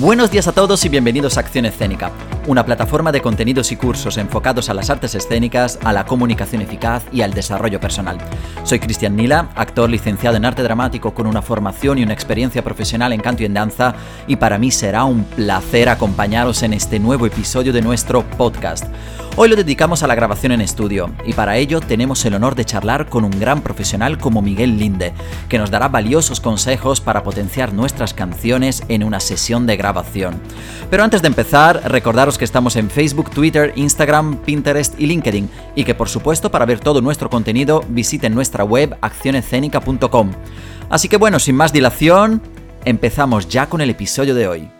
Buenos días a todos y bienvenidos a Acción Escénica, una plataforma de contenidos y cursos enfocados a las artes escénicas, a la comunicación eficaz y al desarrollo personal. Soy Cristian Nila, actor licenciado en arte dramático con una formación y una experiencia profesional en canto y en danza, y para mí será un placer acompañaros en este nuevo episodio de nuestro podcast. Hoy lo dedicamos a la grabación en estudio y para ello tenemos el honor de charlar con un gran profesional como Miguel Linde, que nos dará valiosos consejos para potenciar nuestras canciones en una sesión de grabación. Pero antes de empezar, recordaros que estamos en Facebook, Twitter, Instagram, Pinterest y LinkedIn y que por supuesto para ver todo nuestro contenido visiten nuestra web accionescénica.com. Así que bueno, sin más dilación, empezamos ya con el episodio de hoy.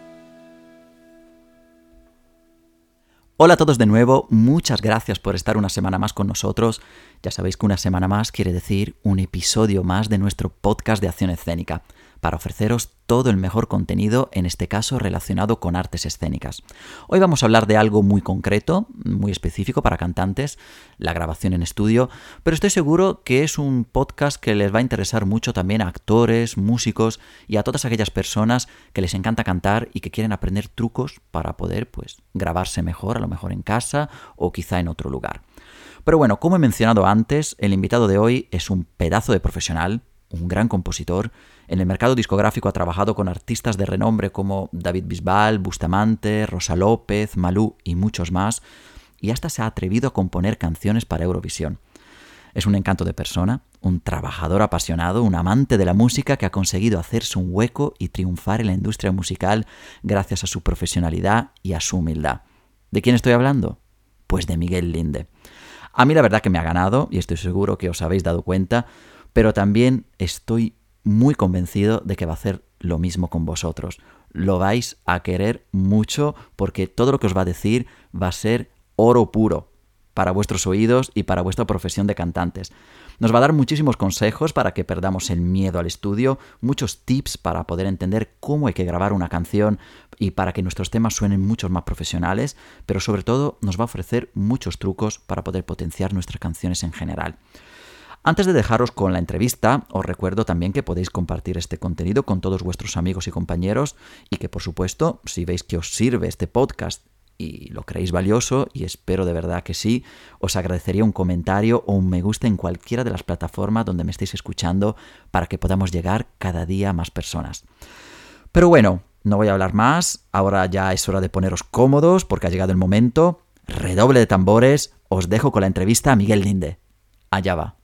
Hola a todos de nuevo, muchas gracias por estar una semana más con nosotros. Ya sabéis que una semana más quiere decir un episodio más de nuestro podcast de Acción Escénica, para ofreceros todo el mejor contenido, en este caso relacionado con artes escénicas. Hoy vamos a hablar de algo muy concreto, muy específico para cantantes, la grabación en estudio, pero estoy seguro que es un podcast que les va a interesar mucho también a actores, músicos y a todas aquellas personas que les encanta cantar y que quieren aprender trucos para poder grabarse mejor, a lo mejor en casa o quizá en otro lugar. Pero bueno, como he mencionado antes, el invitado de hoy es un pedazo de profesional, un gran compositor. En el mercado discográfico ha trabajado con artistas de renombre como David Bisbal, Bustamante, Rosa López, Malú y muchos más, y hasta se ha atrevido a componer canciones para Eurovisión. Es un encanto de persona, un trabajador apasionado, un amante de la música que ha conseguido hacerse un hueco y triunfar en la industria musical gracias a su profesionalidad y a su humildad. ¿De quién estoy hablando? Pues de Miguel Linde. A mí la verdad que me ha ganado, y estoy seguro que os habéis dado cuenta, pero también estoy muy convencido de que va a hacer lo mismo con vosotros. Lo vais a querer mucho porque todo lo que os va a decir va a ser oro puro para vuestros oídos y para vuestra profesión de cantantes. Nos va a dar muchísimos consejos para que perdamos el miedo al estudio, muchos tips para poder entender cómo hay que grabar una canción y para que nuestros temas suenen mucho más profesionales, pero sobre todo nos va a ofrecer muchos trucos para poder potenciar nuestras canciones en general. Antes de dejaros con la entrevista, os recuerdo también que podéis compartir este contenido con todos vuestros amigos y compañeros y que, por supuesto, si veis que os sirve este podcast y lo creéis valioso, y espero de verdad que sí, os agradecería un comentario o un me gusta en cualquiera de las plataformas donde me estéis escuchando para que podamos llegar cada día a más personas. Pero bueno, no voy a hablar más, ahora ya es hora de poneros cómodos porque ha llegado el momento. Redoble de tambores, os dejo con la entrevista a Miguel Linde. Allá va.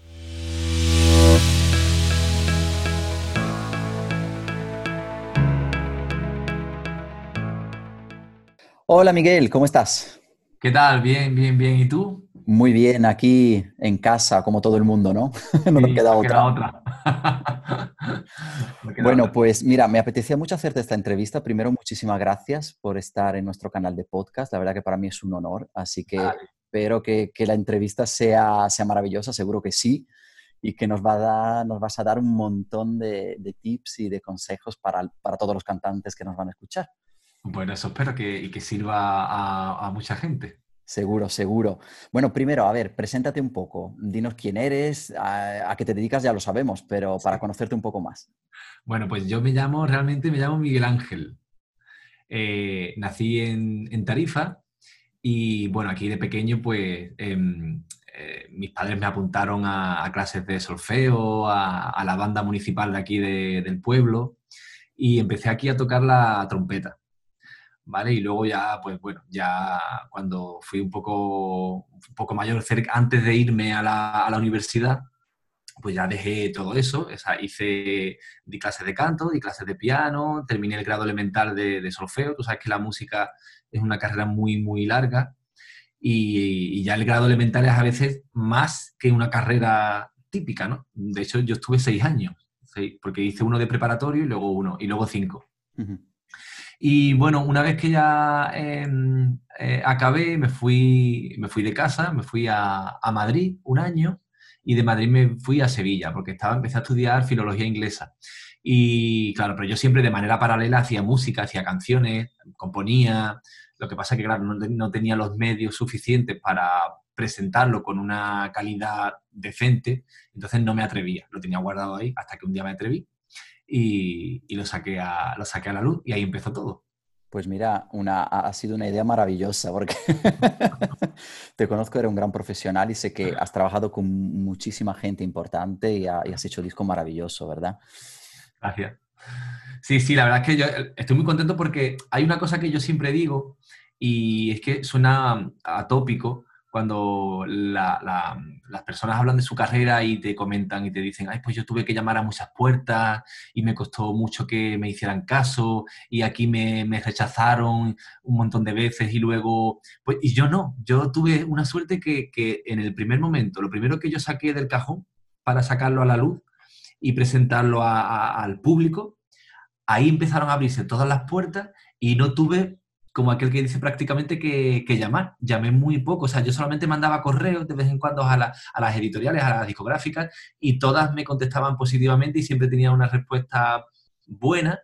Hola Miguel, ¿cómo estás? ¿Qué tal? Bien, bien, bien. ¿Y tú? Muy bien, aquí en casa, como todo el mundo, ¿no? No nos Sí, queda no queda otra. otra. No queda Bueno, otra. pues mira, me apetecía mucho hacerte esta entrevista. Primero, muchísimas gracias por estar en nuestro canal de podcast. La verdad que para mí es un honor, así que Vale. espero que la entrevista sea maravillosa, seguro que sí, y que nos vas a dar un montón de tips y de consejos para todos los cantantes que nos van a escuchar. Bueno, eso espero que sirva a mucha gente. Seguro, seguro. Bueno, primero, a ver, preséntate un poco. Dinos quién eres, a qué te dedicas, ya lo sabemos, pero para Sí. conocerte un poco más. Bueno, pues yo realmente me llamo Miguel Ángel. Nací en Tarifa y bueno, aquí de pequeño pues mis padres me apuntaron a clases de solfeo, a la banda municipal de aquí del pueblo y empecé aquí a tocar la trompeta. ¿Vale? Y luego ya, pues bueno, ya cuando fui un poco mayor, antes de irme a la universidad, pues ya dejé todo eso, o sea, di clases de canto, di clases de piano, terminé el grado elemental de solfeo, tú sabes que la música es una carrera muy, muy larga y ya el grado elemental es a veces más que una carrera típica, ¿no? De hecho, yo estuve 6 años, porque hice uno de preparatorio y luego uno, y luego 5. Ujú. Y bueno, una vez que ya acabé, me fui de casa, me fui a Madrid un año y de Madrid me fui a Sevilla porque empecé a estudiar filología inglesa. Y claro, pero yo siempre de manera paralela hacía música, hacía canciones, componía. Lo que pasa es que, claro, no tenía los medios suficientes para presentarlo con una calidad decente, entonces no me atrevía. Lo tenía guardado ahí hasta que un día me atreví y lo saqué a la luz y ahí empezó todo. Pues mira, ha sido una idea maravillosa porque te conozco, eres un gran profesional y sé que has trabajado con muchísima gente importante y has hecho disco maravilloso, ¿verdad? Gracias. Sí, sí, la verdad es que yo estoy muy contento porque hay una cosa que yo siempre digo y es que suena atópico cuando las personas hablan de su carrera y te comentan y te dicen, ay, pues yo tuve que llamar a muchas puertas y me costó mucho que me hicieran caso y aquí me rechazaron un montón de veces y luego, pues, y yo no, yo tuve una suerte que en el primer momento, lo primero que yo saqué del cajón para sacarlo a la luz y presentarlo al público, ahí empezaron a abrirse todas las puertas y no tuve, como aquel que dice prácticamente, que llamar. Llamé muy poco, o sea, yo solamente mandaba correos de vez en cuando a las editoriales, a las discográficas, y todas me contestaban positivamente y siempre tenía una respuesta buena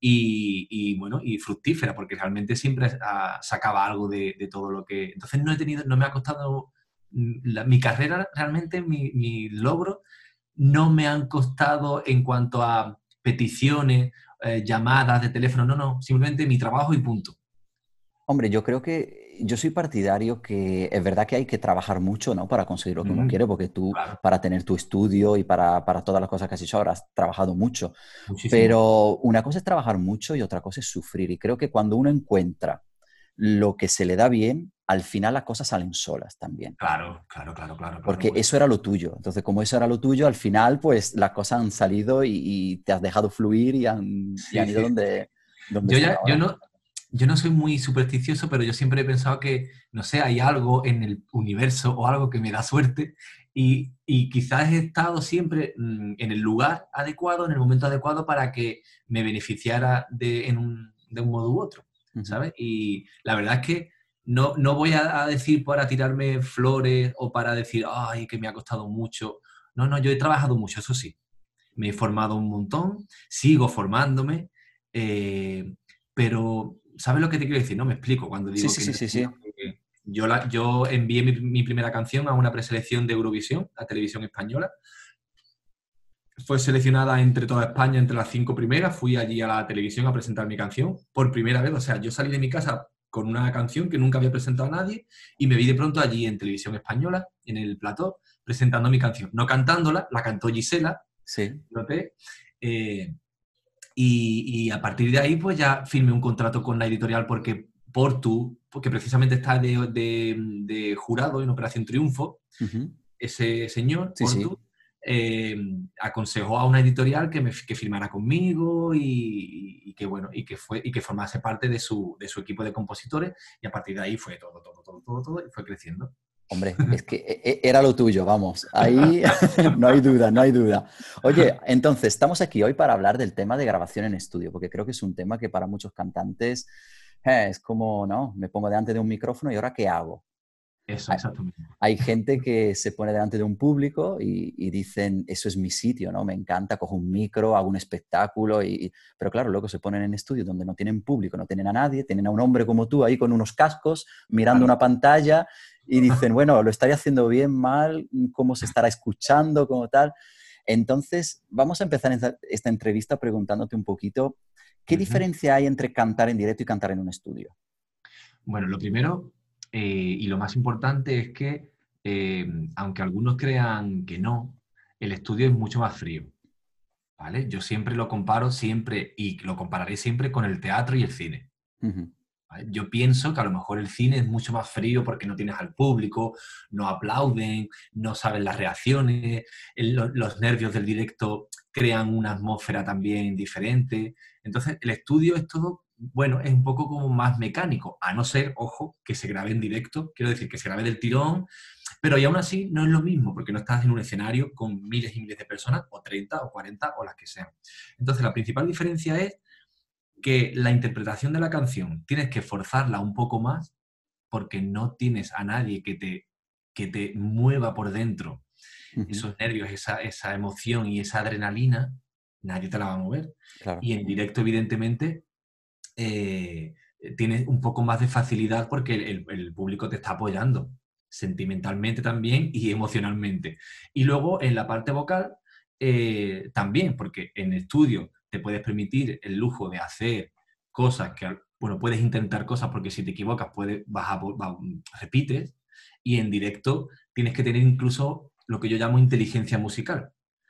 bueno, y fructífera, porque realmente siempre sacaba algo de todo lo que... Entonces no me ha costado... mi carrera, realmente, mi logro, no me han costado en cuanto a peticiones, llamadas de teléfono, no, simplemente mi trabajo y punto. Hombre, yo creo que yo soy partidario que es verdad que hay que trabajar mucho, ¿no? Para conseguir lo que uno quiere, porque tú, Claro, para tener tu estudio y para todas las cosas que has hecho ahora, has trabajado mucho. muchísimo. Pero una cosa es trabajar mucho y otra cosa es sufrir. Y creo que cuando uno encuentra lo que se le da bien, al final las cosas salen solas también. Claro, claro, claro, claro, claro, Porque pues. eso era lo tuyo. Entonces, como eso era lo tuyo, al final, pues las cosas han salido y te has dejado fluir y Sí, han ido sí, sí. donde Yo están ya, ahora. yo no soy muy supersticioso, pero yo siempre he pensado que, no sé, hay algo en el universo o algo que me da suerte y quizás he estado siempre en el lugar adecuado, en el momento adecuado para que me beneficiara de un modo u otro, Ujú. ¿sabes? Y la verdad es que no voy a decir para tirarme flores o para decir, ay, que me ha costado mucho. No, no, yo he trabajado mucho, eso sí. Me he formado un montón, sigo formándome, eh, pero ¿sabes lo que te quiero decir? No me explico cuando Sí, digo sí, que sí, no he sí, tenido sí. yo envié mi primera canción a una preselección de Eurovisión, a Televisión Española. Fue seleccionada entre toda España, entre las 5 primeras. Fui allí a la televisión a presentar mi canción por primera vez. O sea, yo salí de mi casa con una canción que nunca había presentado a nadie y me vi de pronto allí en Televisión Española, en el plató, presentando mi canción. No cantándola, la cantó Gisela, Sí. noté. Eh, y a partir de ahí, pues ya firmé un contrato con la editorial porque Portu, porque precisamente está de jurado en Operación Triunfo, Ujú. ese señor, Sí, sí. Portu, aconsejó a una editorial que firmara conmigo y que bueno, y que formase parte de su equipo de compositores, y a partir de ahí fue todo, y fue creciendo. Hombre, es que era lo tuyo, vamos. Ahí no hay duda, no hay duda. Oye, entonces, estamos aquí hoy para hablar del tema de grabación en estudio, porque creo que es un tema que para muchos cantantes es como, ¿no? Me pongo delante de un micrófono y ahora ¿qué hago? Eso, Hay, exactamente. hay gente que se pone delante de un público y dicen, eso es mi sitio, ¿no? Me encanta, cojo un micro, hago un espectáculo, pero claro, luego se ponen en estudios donde no tienen público, no tienen a nadie, tienen a un hombre como tú ahí con unos cascos, mirando Claro. una pantalla y dicen, bueno, lo estaría haciendo bien, mal, cómo se estará escuchando, como tal. Entonces, vamos a empezar esta entrevista preguntándote un poquito, ¿qué Ujú. diferencia hay entre cantar en directo y cantar en un estudio? Bueno, lo primero y lo más importante es que, aunque algunos crean que no, el estudio es mucho más frío, ¿vale? Yo siempre lo comparo siempre y lo compararé siempre con el teatro y el cine. Ujú. ¿Vale? Yo pienso que a lo mejor el cine es mucho más frío porque no tienes al público, no aplauden, no saben las reacciones, los nervios del directo crean una atmósfera también diferente. Entonces, el estudio es todo, bueno, es un poco como más mecánico, a no ser, ojo, que se grabe en directo, quiero decir, que se grabe del tirón, pero y aún así no es lo mismo, porque no estás en un escenario con miles y miles de personas, o 30 o 40 o las que sean. Entonces, la principal diferencia es que la interpretación de la canción tienes que forzarla un poco más porque no tienes a nadie que te mueva por dentro Ujú. esos nervios, esa emoción y esa adrenalina, nadie te la va a mover. Claro, Y en directo, evidentemente, eh, tienes un poco más de facilidad porque el público te está apoyando sentimentalmente también y emocionalmente. Y luego en la parte vocal también, porque en estudio te puedes permitir el lujo de hacer cosas que bueno, puedes intentar cosas porque si te equivocas repites, y en directo tienes que tener incluso lo que yo llamo inteligencia musical.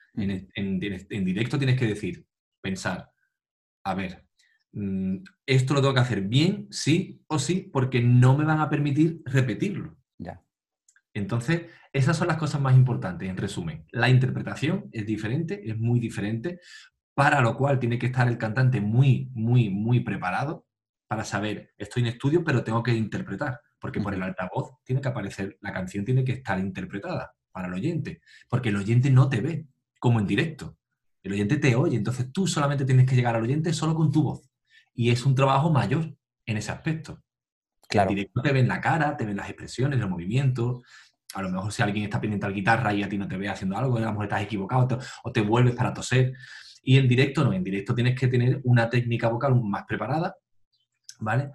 En directo tienes que pensar, a ver, esto lo tengo que hacer bien, sí o sí, porque no me van a permitir repetirlo. Ya. Entonces, esas son las cosas más importantes, en resumen. La interpretación es diferente, es muy diferente, para lo cual tiene que estar el cantante muy, muy, muy preparado para saber, estoy en estudio, pero tengo que interpretar, porque por el altavoz tiene que aparecer, la canción tiene que estar interpretada para el oyente, porque el oyente no te ve, como en directo. El oyente te oye, entonces tú solamente tienes que llegar al oyente solo con tu voz. Y es un trabajo mayor en ese aspecto. En Claro. directo te ven la cara, te ven las expresiones, los movimientos. A lo mejor si alguien está pendiente a la guitarra y a ti no te ve haciendo algo, a lo mejor estás equivocado o te vuelves para toser. Y en directo no, en directo tienes que tener una técnica vocal más preparada, ¿vale?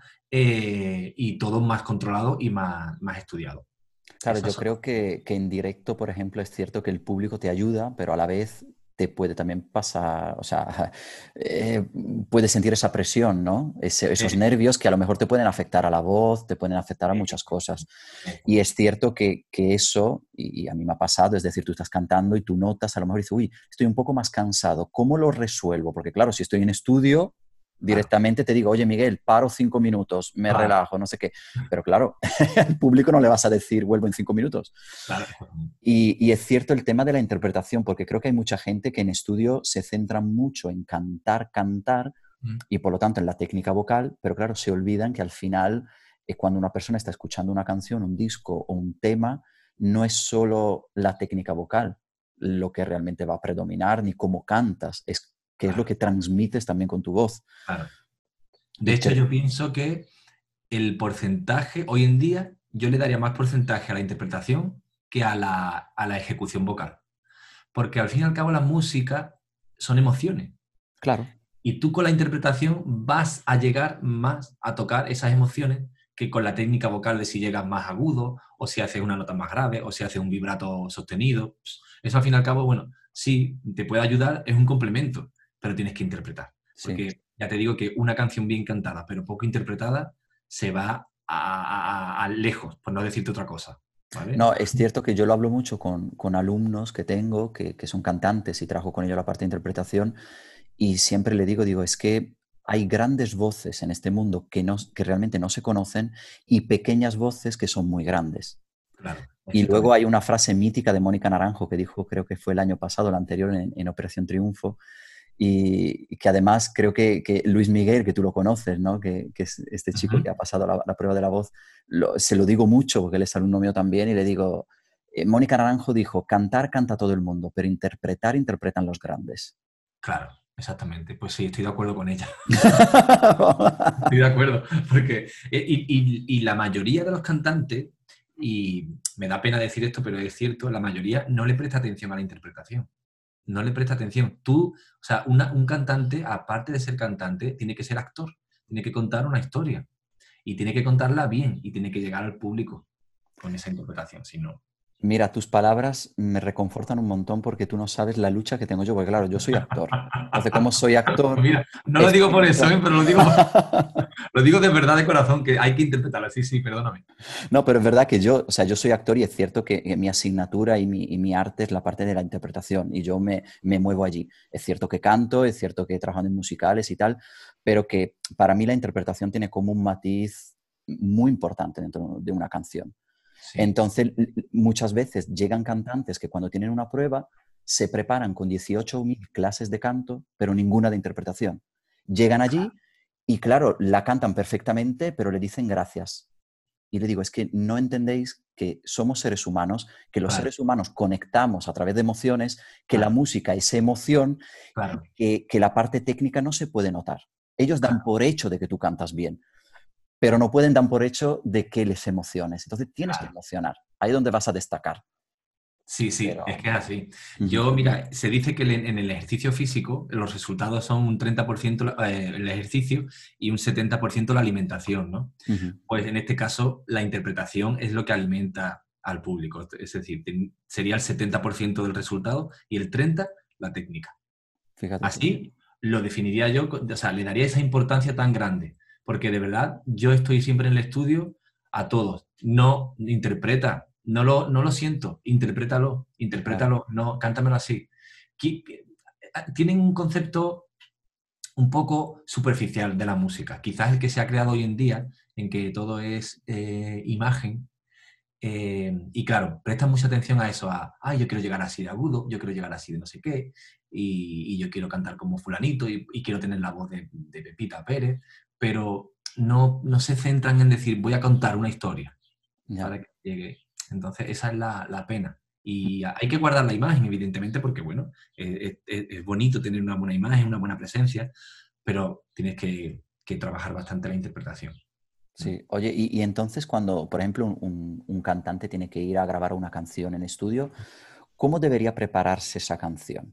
Y todo más controlado y más estudiado. Claro, Esas yo son. creo que en directo, por ejemplo, es cierto que el público te ayuda, pero a la vez te puede también pasar, o sea, eh, puedes sentir esa presión, ¿no? Esos eh, nervios que a lo mejor te pueden afectar a la voz, te pueden afectar a eh, muchas cosas. eh, Y es cierto que eso, y a mí me ha pasado, es decir, tú estás cantando y tú notas, a lo mejor dices, uy, estoy un poco más cansado, ¿cómo lo resuelvo? Porque claro, si estoy en estudio, claro, directamente te digo, oye, Miguel, paro 5 minutos, me claro, relajo, no sé qué. Pero claro, al público no le vas a decir, vuelvo en 5 minutos. claro. Y es cierto el tema de la interpretación, porque creo que hay mucha gente que en estudio se centra mucho en cantar, cantar, y por lo tanto en la técnica vocal, pero claro, se olvidan que al final, cuando una persona está escuchando una canción, un disco o un tema, no es solo la técnica vocal lo que realmente va a predominar, ni cómo cantas, es qué es lo Claro, que transmites también con tu voz. claro. De Y hecho, yo pienso que el porcentaje, hoy en día, yo le daría más porcentaje a la interpretación que a la ejecución vocal. Porque al fin y al cabo la música son emociones. claro, Y tú con la interpretación vas a llegar más a tocar esas emociones que con la técnica vocal de si llegas más agudo, o si haces una nota más grave, o si haces un vibrato sostenido. Eso al fin y al cabo, bueno, sí, te puede ayudar, es un complemento, pero tienes que interpretar. sí. Porque ya te digo que una canción bien cantada, pero poco interpretada, se va a lejos, por no decirte otra cosa. ¿Vale? No, es cierto que yo lo hablo mucho con alumnos que tengo, que son cantantes y trabajo con ellos la parte de interpretación, y siempre le digo, es que hay grandes voces en este mundo que realmente no se conocen y pequeñas voces que son muy grandes. Claro, Y luego exactamente. hay una frase mítica de Mónica Naranjo que dijo, creo que fue el año pasado, el anterior, en Operación Triunfo, y que además creo que Luis Miguel, que tú lo conoces, ¿no? Que es este chico que ha Ujú. pasado la prueba de la voz, se lo digo mucho porque él es alumno mío también y le digo, Mónica Naranjo dijo, cantar canta todo el mundo, pero interpretar interpretan los grandes. Claro, exactamente. Pues sí, estoy de acuerdo con ella. Estoy de acuerdo, porque y la mayoría de los cantantes, y me da pena decir esto, pero es cierto, la mayoría no le presta atención a la interpretación. No le presta atención. Tú, o sea, un cantante, aparte de ser cantante, tiene que ser actor, tiene que contar una historia y tiene que contarla bien y tiene que llegar al público con esa interpretación, si no. Mira, tus palabras me reconfortan un montón porque tú no sabes la lucha que tengo yo, porque claro, yo soy actor. Entonces, como soy actor, Mira, no lo digo estoy por eso, mucho... pero lo digo de verdad de corazón, que hay que interpretarlo. Sí, sí, perdóname. No, pero es verdad que yo, o sea, yo soy actor y es cierto que mi asignatura y mi arte es la parte de la interpretación y yo me muevo allí. Es cierto que canto, es cierto que he trabajado en musicales y tal, pero que para mí la interpretación tiene como un matiz muy importante dentro de una canción. Sí, Entonces, muchas veces llegan cantantes que cuando tienen una prueba se preparan con 18.000 clases de canto, pero ninguna de interpretación. Llegan allí y, claro, la cantan perfectamente, pero le dicen gracias. Y le digo, es que no entendéis que somos seres humanos, que los claro, seres humanos conectamos a través de emociones, que la claro, música es emoción y claro, que la parte técnica no se puede notar. Ellos dan claro, por hecho de que tú cantas bien, pero claro, no pueden dar por hecho de que les emociones. Entonces tienes que claro. emocionar. Ahí es donde vas a destacar. Sí, sí, es Pero, que es así. ujú, Yo, mira, se dice que en el ejercicio físico los resultados son un 30% el ejercicio y un 70% la alimentación, ¿no? ujú. Pues en este caso la interpretación es lo que alimenta al público. Es decir, sería el 70% del resultado y el 30% la técnica. Fíjate tú. Así lo definiría yo, o sea, le daría esa importancia tan grande, porque de verdad yo estoy siempre en el estudio a todos. No interpreta, no lo siento, Claro. interprétalo, no, cántamelo así. Tienen un concepto un poco superficial de la música, quizás el que se ha creado hoy en día, en que todo es imagen. Y claro, prestan mucha atención a eso, yo quiero llegar así de agudo, yo quiero llegar así de no sé qué, y yo quiero cantar como fulanito y quiero tener la voz de Pepita Pérez, pero no se centran en decir, voy a contar una historia Ya. para que llegue. Entonces, esa es la pena. Y hay que guardar la imagen, evidentemente, porque, bueno, es bonito tener una buena imagen, una buena presencia, pero tienes que trabajar bastante la interpretación. Sí, oye, y entonces cuando, por ejemplo, un cantante tiene que ir a grabar una canción en estudio, ¿cómo debería prepararse esa canción?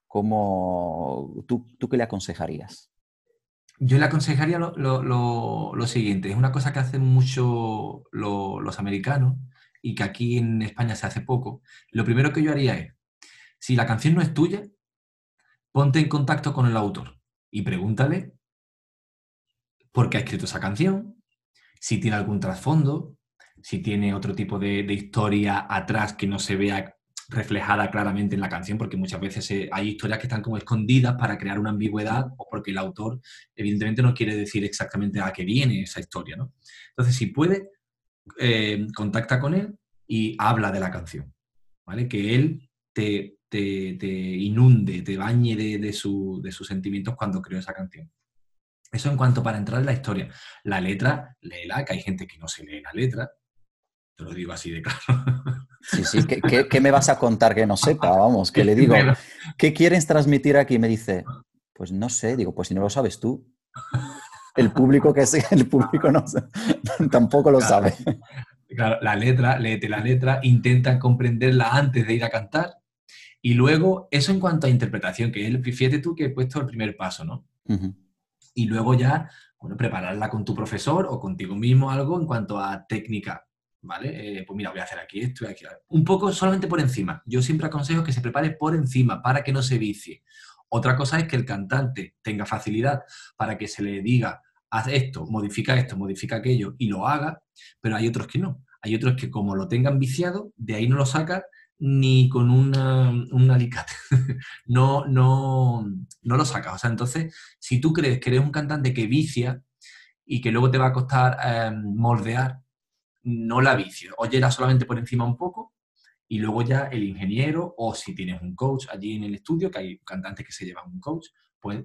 ¿Tú qué le aconsejarías? Yo le aconsejaría lo siguiente, es una cosa que hacen mucho los americanos y que aquí en España se hace poco. Lo primero que yo haría es, si la canción no es tuya, ponte en contacto con el autor y pregúntale por qué ha escrito esa canción, si tiene algún trasfondo, si tiene otro tipo de historia atrás que no se vea reflejada claramente en la canción, porque muchas veces hay historias que están como escondidas para crear una ambigüedad o porque el autor evidentemente no quiere decir exactamente a qué viene esa historia, ¿no? Entonces, si puede, contacta con él y habla de la canción, ¿vale? Que él te inunde, te bañe de sus sentimientos cuando creó esa canción. Eso en cuanto para entrar en la historia. La letra, léela, que hay gente que no se lee la letra, te lo digo así de claro. Sí, sí, ¿qué me vas a contar que no sepa? Vamos, que le digo, Pero, ¿qué quieres transmitir aquí? Y me dice, pues no sé, digo, pues si no lo sabes tú, el público que sea, el público no, tampoco lo claro, sabe. claro, la letra, léete la letra, intenta comprenderla antes de ir a cantar y luego, eso en cuanto a interpretación, que es, fíjate tú que he puesto el primer paso, ¿no? Ujú. Y luego ya, bueno, prepararla con tu profesor o contigo mismo algo en cuanto a técnica, ¿vale? Pues mira, voy a hacer aquí esto y aquí. Un poco solamente por encima. Yo siempre aconsejo que se prepare por encima para que no se vicie. Otra cosa es que el cantante tenga facilidad para que se le diga, haz esto, modifica aquello y lo haga, pero hay otros que no. Hay otros que como lo tengan viciado, de ahí no lo saca ni con un alicate. No lo sacas. O sea, entonces si tú crees que eres un cantante que vicia y que luego te va a costar moldear, no la vicio. Óyela solamente por encima un poco y luego ya el ingeniero o si tienes un coach allí en el estudio, que hay cantantes que se llevan un coach, pues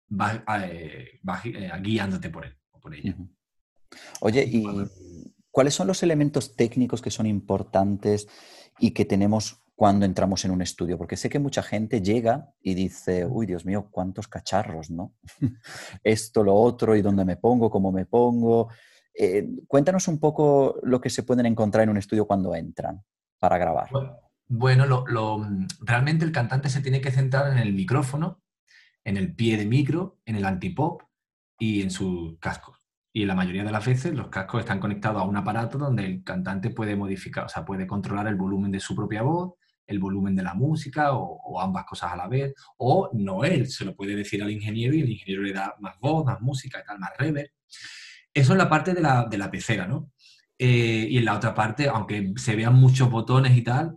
vas guiándote por él o por ella. Ujú. Oye, ¿y cuáles son los elementos técnicos que son importantes y que tenemos cuando entramos en un estudio? Porque sé que mucha gente llega y dice, uy, Dios mío, cuántos cacharros, ¿no? Esto, lo otro, y dónde me pongo, cómo me pongo. Cuéntanos un poco lo que se pueden encontrar en un estudio cuando entran para grabar. Bueno, realmente el cantante se tiene que centrar en el micrófono, en el pie de micro, en el antipop y en sus cascos. Y la mayoría de las veces los cascos están conectados a un aparato donde el cantante puede modificar, o sea, puede controlar el volumen de su propia voz, el volumen de la música o ambas cosas a la vez. O no él, se lo puede decir al ingeniero y el ingeniero le da más voz, más música y tal, más reverb. Eso es la parte de la pecera, ¿no? Y en la otra parte, aunque se vean muchos botones y tal,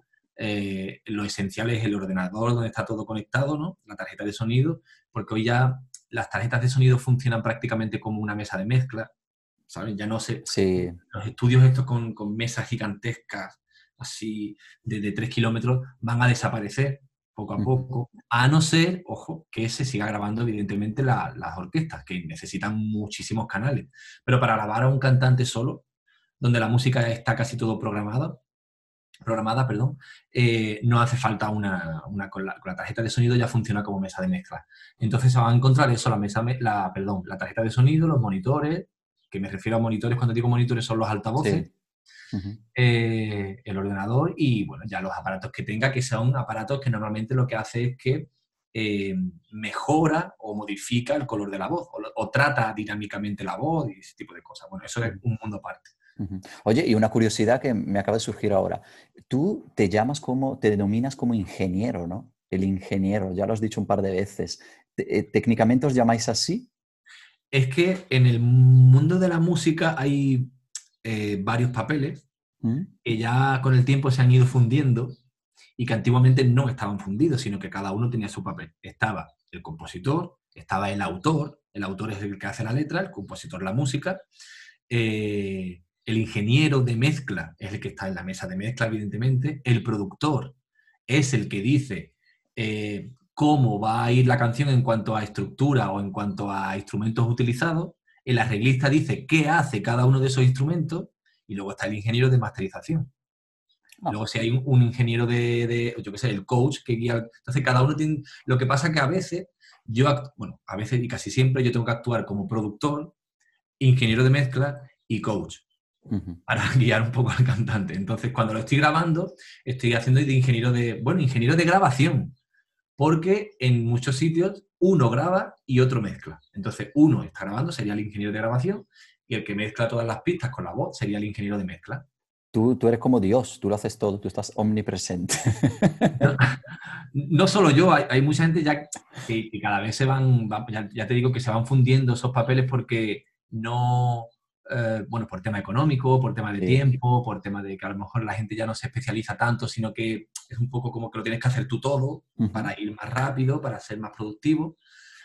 lo esencial es el ordenador donde está todo conectado, ¿no? La tarjeta de sonido, porque hoy ya las tarjetas de sonido funcionan prácticamente como una mesa de mezcla, ¿saben? Ya no sé, Sí. los estudios estos con mesas gigantescas, así de 3 kilómetros, van a desaparecer poco a Ujú. poco, a no ser, ojo, que se siga grabando evidentemente las orquestas, que necesitan muchísimos canales. Pero para grabar a un cantante solo, donde la música está casi todo programada, perdón, no hace falta con la tarjeta de sonido ya funciona como mesa de mezcla. Entonces se van a encontrar eso, la tarjeta de sonido, los monitores, que me refiero a monitores, cuando digo monitores son los altavoces, Sí. Ujú. el ordenador y, bueno, ya los aparatos que tenga, que son aparatos que normalmente lo que hace es que eh, mejora o modifica el color de la voz o trata dinámicamente la voz y ese tipo de cosas. Bueno, eso es Ujú. un mundo aparte. Ujú. Oye, y una curiosidad que me acaba de surgir ahora. Tú te denominas como ingeniero, ¿no? El ingeniero, ya lo has dicho un par de veces. ¿Técnicamente os llamáis así? Es que en el mundo de la música hay varios papeles ¿Mm? que ya con el tiempo se han ido fundiendo y que antiguamente no estaban fundidos, sino que cada uno tenía su papel. Estaba el compositor, estaba el autor es el que hace la letra, el compositor la música, el ingeniero de mezcla es el que está en la mesa de mezcla, evidentemente, el productor es el que dice cómo va a ir la canción en cuanto a estructura o en cuanto a instrumentos utilizados, el arreglista dice qué hace cada uno de esos instrumentos y luego está el ingeniero de masterización. Ah, Luego si hay un ingeniero yo qué sé, el coach que guía. Entonces cada uno tiene. Lo que pasa es que a veces, bueno, a veces y casi siempre yo tengo que actuar como productor, ingeniero de mezcla y coach ujú. para guiar un poco al cantante. Entonces cuando lo estoy grabando, estoy haciendo de ingeniero de grabación, porque en muchos sitios uno graba y otro mezcla. Entonces uno está grabando, sería el ingeniero de grabación, y el que mezcla todas las pistas con la voz sería el ingeniero de mezcla. Tú eres como Dios, tú lo haces todo, tú estás omnipresente. No, no solo yo, hay mucha gente ya que cada vez ya te digo que se van fundiendo esos papeles porque no, bueno, por tema económico, por tema de Sí. tiempo, por tema de que a lo mejor la gente ya no se especializa tanto, sino que es un poco como que lo tienes que hacer tú todo Ujú, para ir más rápido, para ser más productivo.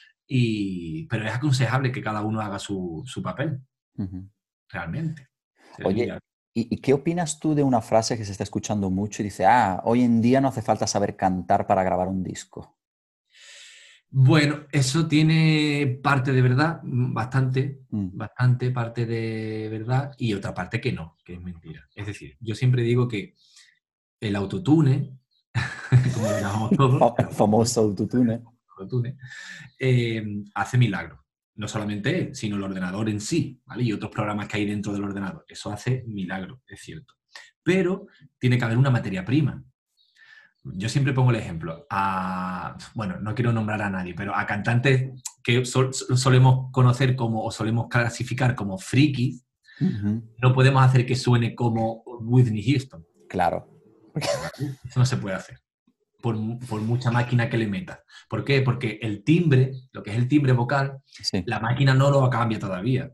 Pero es aconsejable que cada uno haga su papel, ujú. realmente. Sería lo Oye, ideal. ¿y qué opinas tú de una frase que se está escuchando mucho y dice, ah, hoy en día no hace falta saber cantar para grabar un disco? Bueno, eso tiene parte de verdad, bastante, Mm. bastante parte de verdad y otra parte que no, que es mentira. Es decir, yo siempre digo que el autotune, como lo llamamos todos, el Famoso autotune. autotune, hace milagros. No solamente él, sino el ordenador en sí, ¿vale? Y otros programas que hay dentro del ordenador. Eso hace milagros, es cierto. Pero tiene que haber una materia prima. Yo siempre pongo el ejemplo bueno, no quiero nombrar a nadie, pero a cantantes que solemos conocer como, o solemos clasificar como frikis, Ujú. no podemos hacer que suene como Whitney Houston. Claro. ¿Vale? Eso no se puede hacer, por mucha máquina que le metas. ¿Por qué? Porque el timbre, lo que es el timbre vocal, Sí, la máquina no lo cambia todavía.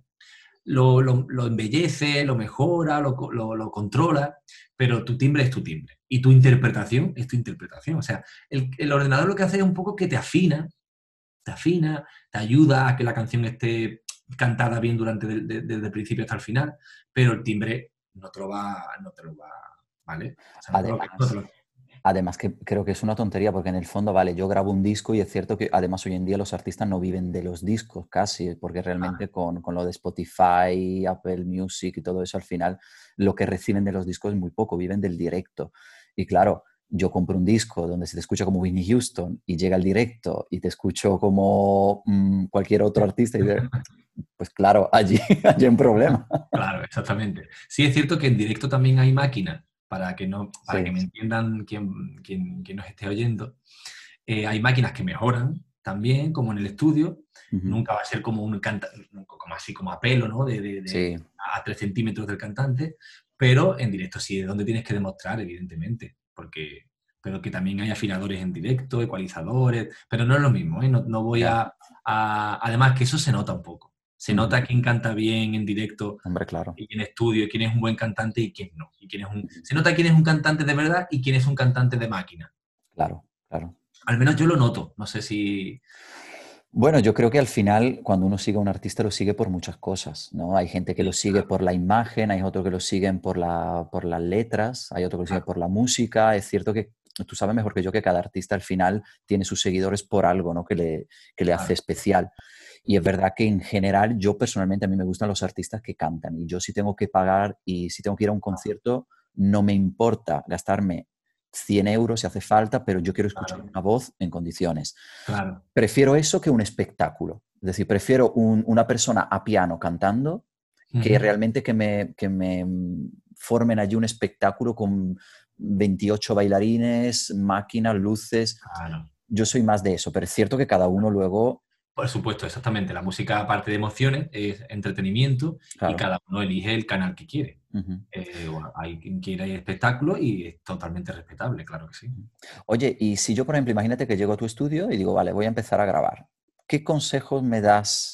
Lo embellece, lo mejora, lo controla, pero tu timbre es tu timbre y tu interpretación es tu interpretación. O sea, el ordenador lo que hace es un poco que te afina, te ayuda a que la canción esté cantada bien desde el principio hasta el final, pero el timbre no te lo va, ¿vale? O sea, no te además. lo. Además, que creo que es una tontería porque en el fondo, vale, yo grabo un disco y es cierto que además hoy en día los artistas no viven de los discos casi, porque realmente con lo de Spotify, Apple Music y todo eso, al final lo que reciben de los discos es muy poco, viven del directo. Y claro, yo compro un disco donde se te escucha como Whitney Houston y llega el directo y te escucho como cualquier otro artista, pues claro, allí, allí hay un problema. Claro, exactamente. Sí, es cierto que en directo también hay máquinas, para que Sí. me entiendan quien nos esté oyendo. Hay máquinas que mejoran también, como en el estudio. Ujú. Nunca va a ser como un cantante, como así como a pelo, ¿no? Sí, A 3 centímetros del cantante, pero en directo sí es donde tienes que demostrar, evidentemente, pero que también hay afinadores en directo, ecualizadores, pero no es lo mismo, ¿eh? No voy ya. además que eso se nota un poco. Se Ujú. nota quién canta bien en directo Hombre, claro. y en estudio, y quién es un buen cantante y quién no. Se nota quién es un cantante de verdad y quién es un cantante de máquina. Claro, claro. Al menos yo lo noto. No sé si. Bueno, yo creo que al final, cuando uno sigue a un artista, lo sigue por muchas cosas, ¿no? Hay gente que lo Sí, sigue por la imagen, hay otros que lo siguen por las letras, hay otros que lo siguen claro, por la música. Es cierto que tú sabes mejor que yo que cada artista al final tiene sus seguidores por algo, ¿no? Que le hace claro, especial. Y es verdad que en general, yo personalmente a mí me gustan los artistas que cantan. Y yo si tengo que pagar y si tengo que ir a un concierto, no me importa gastarme 100 euros si hace falta, pero yo quiero escuchar claro, una voz en condiciones. claro. Prefiero eso que un espectáculo. Es decir, prefiero una persona a piano cantando que Ujú, realmente que me formen allí un espectáculo con 28 bailarines, máquinas, luces. claro. Yo soy más de eso, pero es cierto que cada uno luego, Por supuesto, exactamente. La música, aparte de emociones, es entretenimiento y claro. cada uno elige el canal que quiere. Ujú. Bueno, hay quien quiere espectáculo y es totalmente respetable, claro que sí. Oye, y si yo, por ejemplo, imagínate que llego a tu estudio y digo, vale, voy a empezar a grabar. ¿Qué consejos me das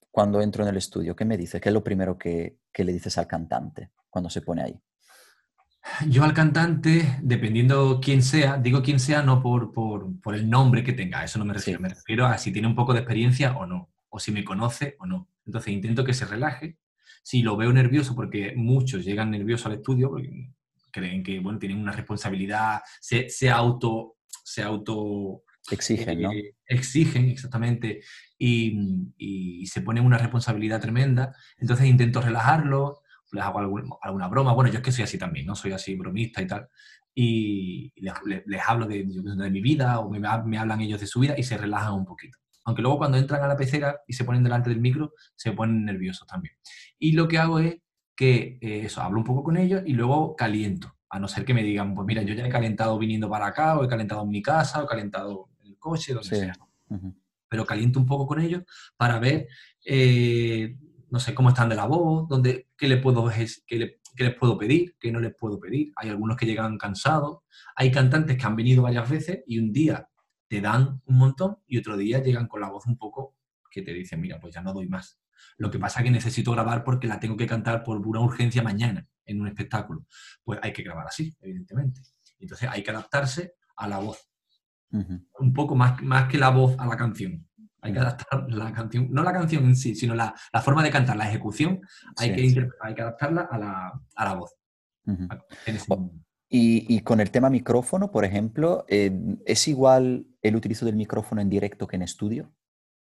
cuando entro en el estudio? ¿Qué me dices? ¿Qué es lo primero que le dices al cantante cuando se pone ahí? Yo al cantante, dependiendo quién sea, digo quién sea no por el nombre que tenga, a eso no Sí, me refiero a si tiene un poco de experiencia o no, o si me conoce o no. Entonces intento que se relaje. Si lo veo nervioso, porque muchos llegan nerviosos al estudio, porque creen que, bueno, tienen una responsabilidad, se auto exigen, ¿no? exigen exactamente y se ponen una responsabilidad tremenda. Entonces intento relajarlo, les hago alguna broma. Bueno, yo es que soy así también, ¿no? Soy así bromista y tal. Y les hablo de mi vida o me hablan ellos de su vida y se relajan un poquito. Aunque luego cuando entran a la pecera y se ponen delante del micro, se ponen nerviosos también. Y lo que hago es que eso, hablo un poco con ellos y luego caliento. A no ser que me digan, pues mira, Ujú. yo ya he calentado viniendo para acá, o he calentado en mi casa, o he calentado en el coche, donde Sí. sea. Ujú. Pero caliento un poco con ellos para ver, no sé, cómo están de la voz, qué les puedo pedir, qué no les puedo pedir. Hay algunos que llegan cansados, hay cantantes que han venido varias veces y un día te dan un montón y otro día llegan con la voz un poco que te dicen, mira, pues ya no doy más. Lo que Ujú. pasa es que necesito grabar porque la tengo que cantar por una urgencia mañana en un espectáculo. Pues hay que grabar así, evidentemente. Entonces hay que adaptarse a la voz Ujú. un poco más que la voz a la canción. Hay que Ujú. adaptar la canción, no la canción en sí, sino la forma de cantar, la ejecución, Sí. hay que adaptarla a la voz. Ujú. En ese O- momento. y con el tema micrófono, por ejemplo, ¿es igual el utilizo del micrófono en directo que en estudio?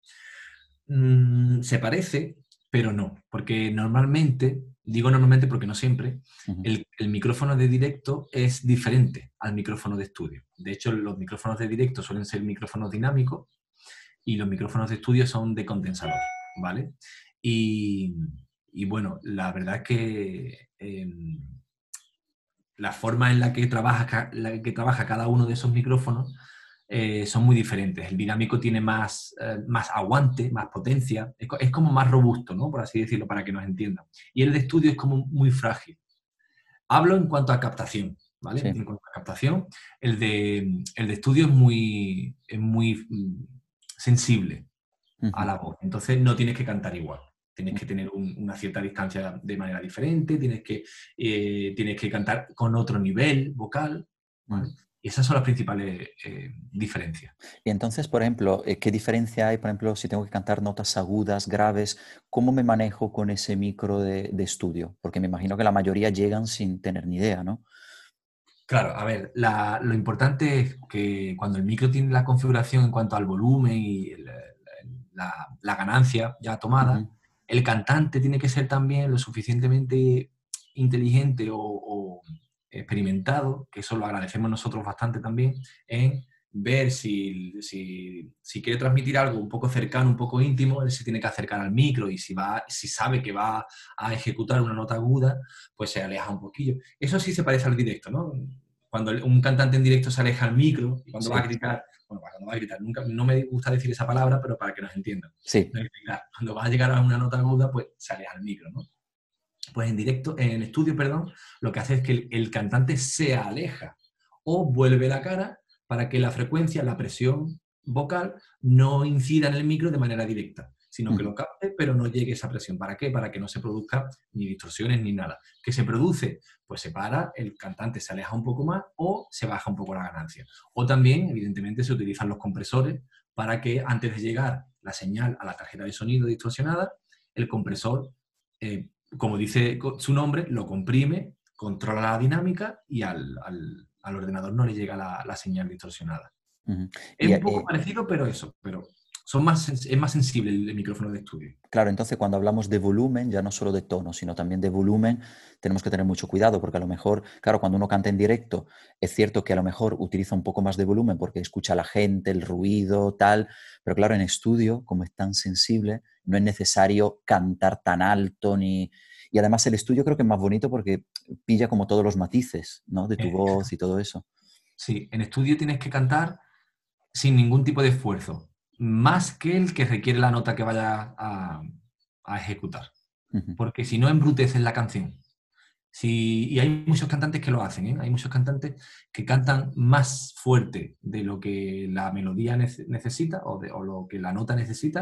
Se parece, pero no, porque normalmente, digo normalmente porque no siempre, Ujú. el micrófono de directo es diferente al micrófono de estudio. De hecho, los micrófonos de directo suelen ser micrófonos dinámicos y los micrófonos de estudio son de condensador, ¿vale? Y, y bueno, la verdad es que la forma en la que trabaja cada uno de esos micrófonos son muy diferentes. El dinámico tiene más aguante, más potencia, es como más robusto, ¿no? Por así decirlo, para que nos entiendan. Y el de estudio es como muy frágil. Hablo en cuanto a captación, ¿vale? Sí. En cuanto a captación, el de estudio es muy sensible a Ujú. la voz. Entonces no tienes que cantar igual. Tienes que tener una cierta distancia de manera diferente, tienes que cantar con otro nivel vocal, Mm. ¿vale? Y esas son las principales diferencias. Y entonces, por ejemplo, ¿qué diferencia hay, por ejemplo, si tengo que cantar notas agudas, graves? ¿Cómo me manejo con ese micro de estudio? Porque me imagino que la mayoría llegan sin tener ni idea, ¿no? Claro, a ver, lo importante es que cuando el micro tiene la configuración en cuanto al volumen y la ganancia ya tomada, Ujú. el cantante tiene que ser también lo suficientemente inteligente o experimentado, que eso lo agradecemos nosotros bastante también, en ver si quiere transmitir algo un poco cercano, un poco íntimo, él se tiene que acercar al micro y si sabe que va a ejecutar una nota aguda, pues se aleja un poquillo. Eso sí se parece al directo, ¿no? Cuando un cantante en directo se aleja al micro y cuando va a Sí, gritar, bueno, cuando va a gritar, nunca, no me gusta decir esa palabra, pero para que nos entiendan. sí. Cuando va a llegar a una nota aguda, pues se aleja al micro, ¿no? Pues en directo, en estudio, perdón, lo que hace es que el cantante se aleja o vuelve la cara para que la frecuencia, la presión vocal no incida en el micro de manera directa, sino que Ujú. lo capte, pero no llegue esa presión. ¿Para qué? Para que no se produzca ni distorsiones ni nada. ¿Qué se produce? Pues se para, el cantante se aleja un poco más o se baja un poco la ganancia. O también, evidentemente, se utilizan los compresores para que antes de llegar la señal a la tarjeta de sonido distorsionada, el compresor como dice su nombre, lo comprime, controla la dinámica y al ordenador no le llega la señal distorsionada. Ujú. Es un poco parecido, pero es más sensible el micrófono de estudio. Claro, entonces cuando hablamos de volumen, ya no solo de tono, sino también de volumen, tenemos que tener mucho cuidado porque a lo mejor, claro, cuando uno canta en directo, es cierto que a lo mejor utiliza un poco más de volumen porque escucha a la gente, el ruido, tal, pero claro, en estudio, como es tan sensible, no es necesario cantar tan alto ni... Y además el estudio creo que es más bonito porque pilla como todos los matices, ¿no? De tu voz y todo eso. Sí, en estudio tienes que cantar sin ningún tipo de esfuerzo, más que el que requiere la nota que vaya a ejecutar, Ujú. porque si no embruteces la canción. Sí, y hay muchos cantantes que lo hacen, ¿eh? Hay muchos cantantes que cantan más fuerte de lo que la melodía necesita o lo que la nota necesita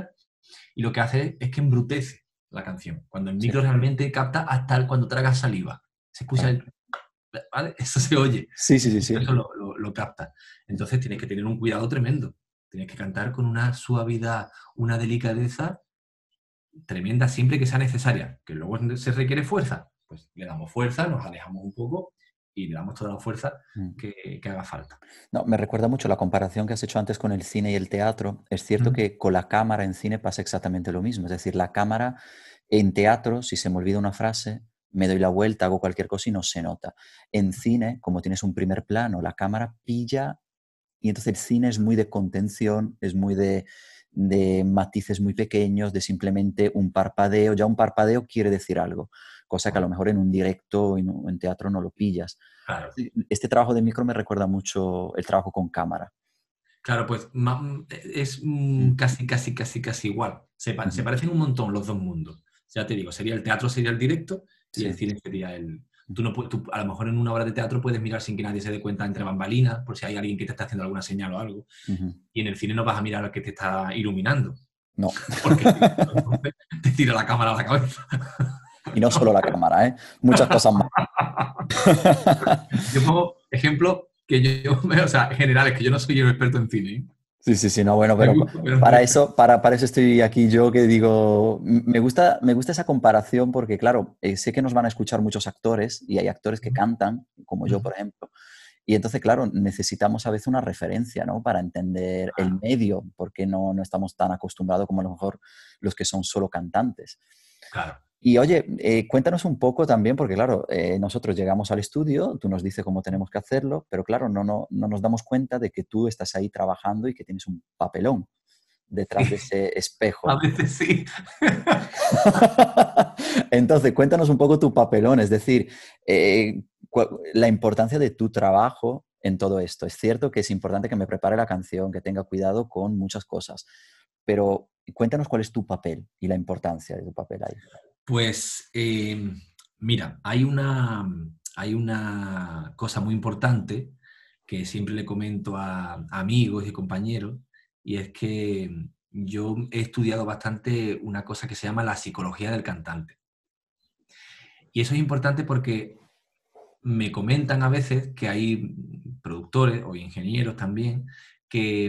y lo que hace es que embrutece la canción. Cuando el Sí, micro realmente capta hasta cuando tragas saliva. Se escucha claro. el... ¿Vale? Eso se oye. Sí, sí, El sí, micro sí. eso lo capta. Entonces tienes que tener un cuidado tremendo. Tienes que cantar con una suavidad, una delicadeza tremenda siempre que sea necesaria. Que luego se requiere fuerza, pues le damos fuerza, nos alejamos un poco y le damos toda la fuerza Mm. que haga falta. No, me recuerda mucho la comparación que has hecho antes con el cine y el teatro. Es cierto Mm. que con la cámara en cine pasa exactamente lo mismo. Es decir, la cámara en teatro, si se me olvida una frase, me doy la vuelta, hago cualquier cosa y no se nota. En cine, como tienes un primer plano, la cámara pilla y entonces el cine es muy de contención, es muy de matices muy pequeños, de simplemente un parpadeo. Ya un parpadeo quiere decir algo, cosa que a lo mejor en un directo o en teatro no lo pillas. Claro. Sí, este trabajo de micro me recuerda mucho el trabajo con cámara. Claro, pues es Mm, casi igual. Se ujú. parecen un montón los dos mundos. Ya te digo, sería el teatro sería el directo y el Sí. cine sería el... Tú, no, tú a lo mejor en una obra de teatro puedes mirar sin que nadie se dé cuenta entre bambalinas, por si hay alguien que te está haciendo alguna señal o algo. Ujú. Y en el cine no vas a mirar al que te está iluminando, No. porque si no, entonces te tira la cámara a la cabeza. Y no solo la cámara, ¿eh? Muchas cosas más. Yo pongo ejemplos o sea, generales, que yo no soy un experto en cine. ¿Eh? Sí, sí, sí, no, bueno, Me pero gusta, pero no soy para experto. eso, para eso estoy aquí yo que digo, me gusta esa comparación porque, claro, sé que nos van a escuchar muchos actores y hay actores que cantan, como yo, por ejemplo, y entonces, claro, necesitamos a veces una referencia, ¿no? Para entender el medio, porque no estamos tan acostumbrados como a lo mejor los que son solo cantantes. Claro. Y oye, cuéntanos un poco también, porque claro, nosotros llegamos al estudio, tú nos dices cómo tenemos que hacerlo, pero claro, no nos damos cuenta de que tú estás ahí trabajando y que tienes un papelón detrás de Sí, ese a espejo. veces sí. Entonces, cuéntanos un poco tu papelón, es decir, la importancia de tu trabajo en todo esto. Es cierto que es importante que me prepare la canción, que tenga cuidado con muchas cosas, pero cuéntanos cuál es tu papel y la importancia de tu papel ahí. Pues mira, hay una cosa muy importante que siempre le comento a amigos y compañeros, y es que yo he estudiado bastante una cosa que se llama la psicología del cantante. Y eso es importante porque me comentan a veces que hay productores o ingenieros también que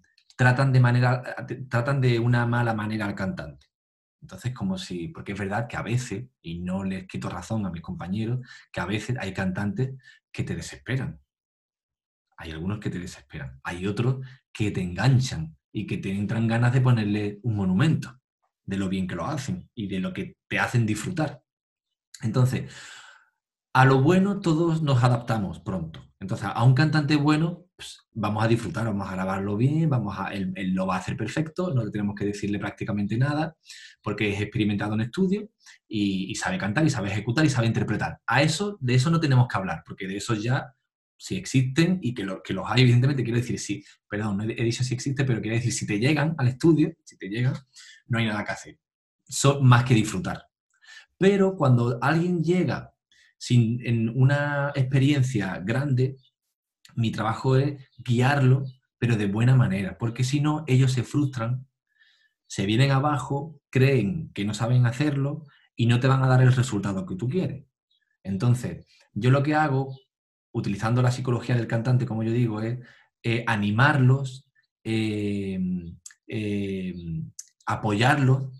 tratan de una mala manera al cantante. Entonces, como si, porque es verdad que a veces, y no les quito razón a mis compañeros, que a veces hay cantantes que te desesperan. Hay algunos que te desesperan. Hay otros que te enganchan y que te entran ganas de ponerle un monumento de lo bien que lo hacen y de lo que te hacen disfrutar. Entonces, a lo bueno todos nos adaptamos pronto. Entonces, a un cantante bueno, pues, vamos a disfrutar, vamos a grabarlo bien, él lo va a hacer perfecto, no le tenemos que decirle prácticamente nada, porque es experimentado en estudio y sabe cantar y sabe ejecutar y sabe interpretar. De eso no tenemos que hablar, porque de eso ya, si existen y que los hay, evidentemente, quiero decir, sí, perdón, no he dicho si existe, pero quiero decir, si te llegan al estudio, si te llegan, no hay nada que hacer. Más que disfrutar. Pero cuando alguien llega en una experiencia grande, mi trabajo es guiarlo, pero de buena manera, porque si no, ellos se frustran, se vienen abajo, creen que no saben hacerlo y no te van a dar el resultado que tú quieres. Entonces, yo lo que hago, utilizando la psicología del cantante, como yo digo, es animarlos, eh, eh, apoyarlos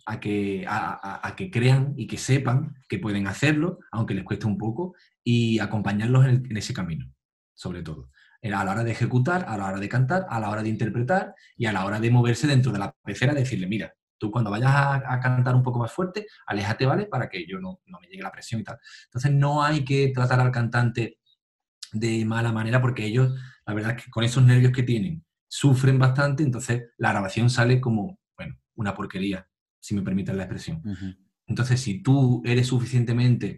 a que crean y que sepan que pueden hacerlo, aunque les cueste un poco, y acompañarlos en ese camino, sobre todo. A la hora de ejecutar, a la hora de cantar, a la hora de interpretar y a la hora de moverse dentro de la pecera, decirle, mira, tú cuando vayas a cantar un poco más fuerte, aléjate, ¿vale? Para que yo no me llegue la presión y tal. Entonces no hay que tratar al cantante de mala manera porque ellos, la verdad es que con esos nervios que tienen, sufren bastante, entonces la grabación sale como, bueno, una porquería, si me permiten la expresión. Ujú. Entonces, si tú eres suficientemente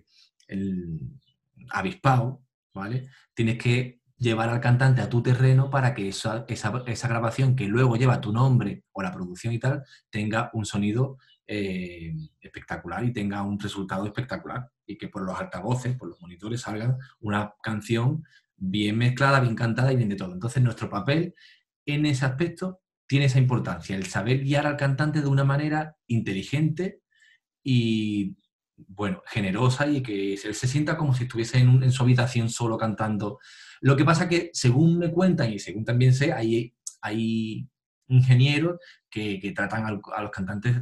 avispado, ¿vale? Tienes que llevar al cantante a tu terreno para que esa grabación que luego lleva tu nombre o la producción y tal, tenga un sonido espectacular y tenga un resultado espectacular y que por los altavoces, por los monitores salgan una canción bien mezclada, bien cantada y bien de todo. Entonces nuestro papel en ese aspecto tiene esa importancia, el saber guiar al cantante de una manera inteligente y, bueno, generosa y que él se sienta como si estuviese en su habitación solo cantando. Lo que pasa que, según me cuentan y según también sé, hay ingenieros que tratan a los cantantes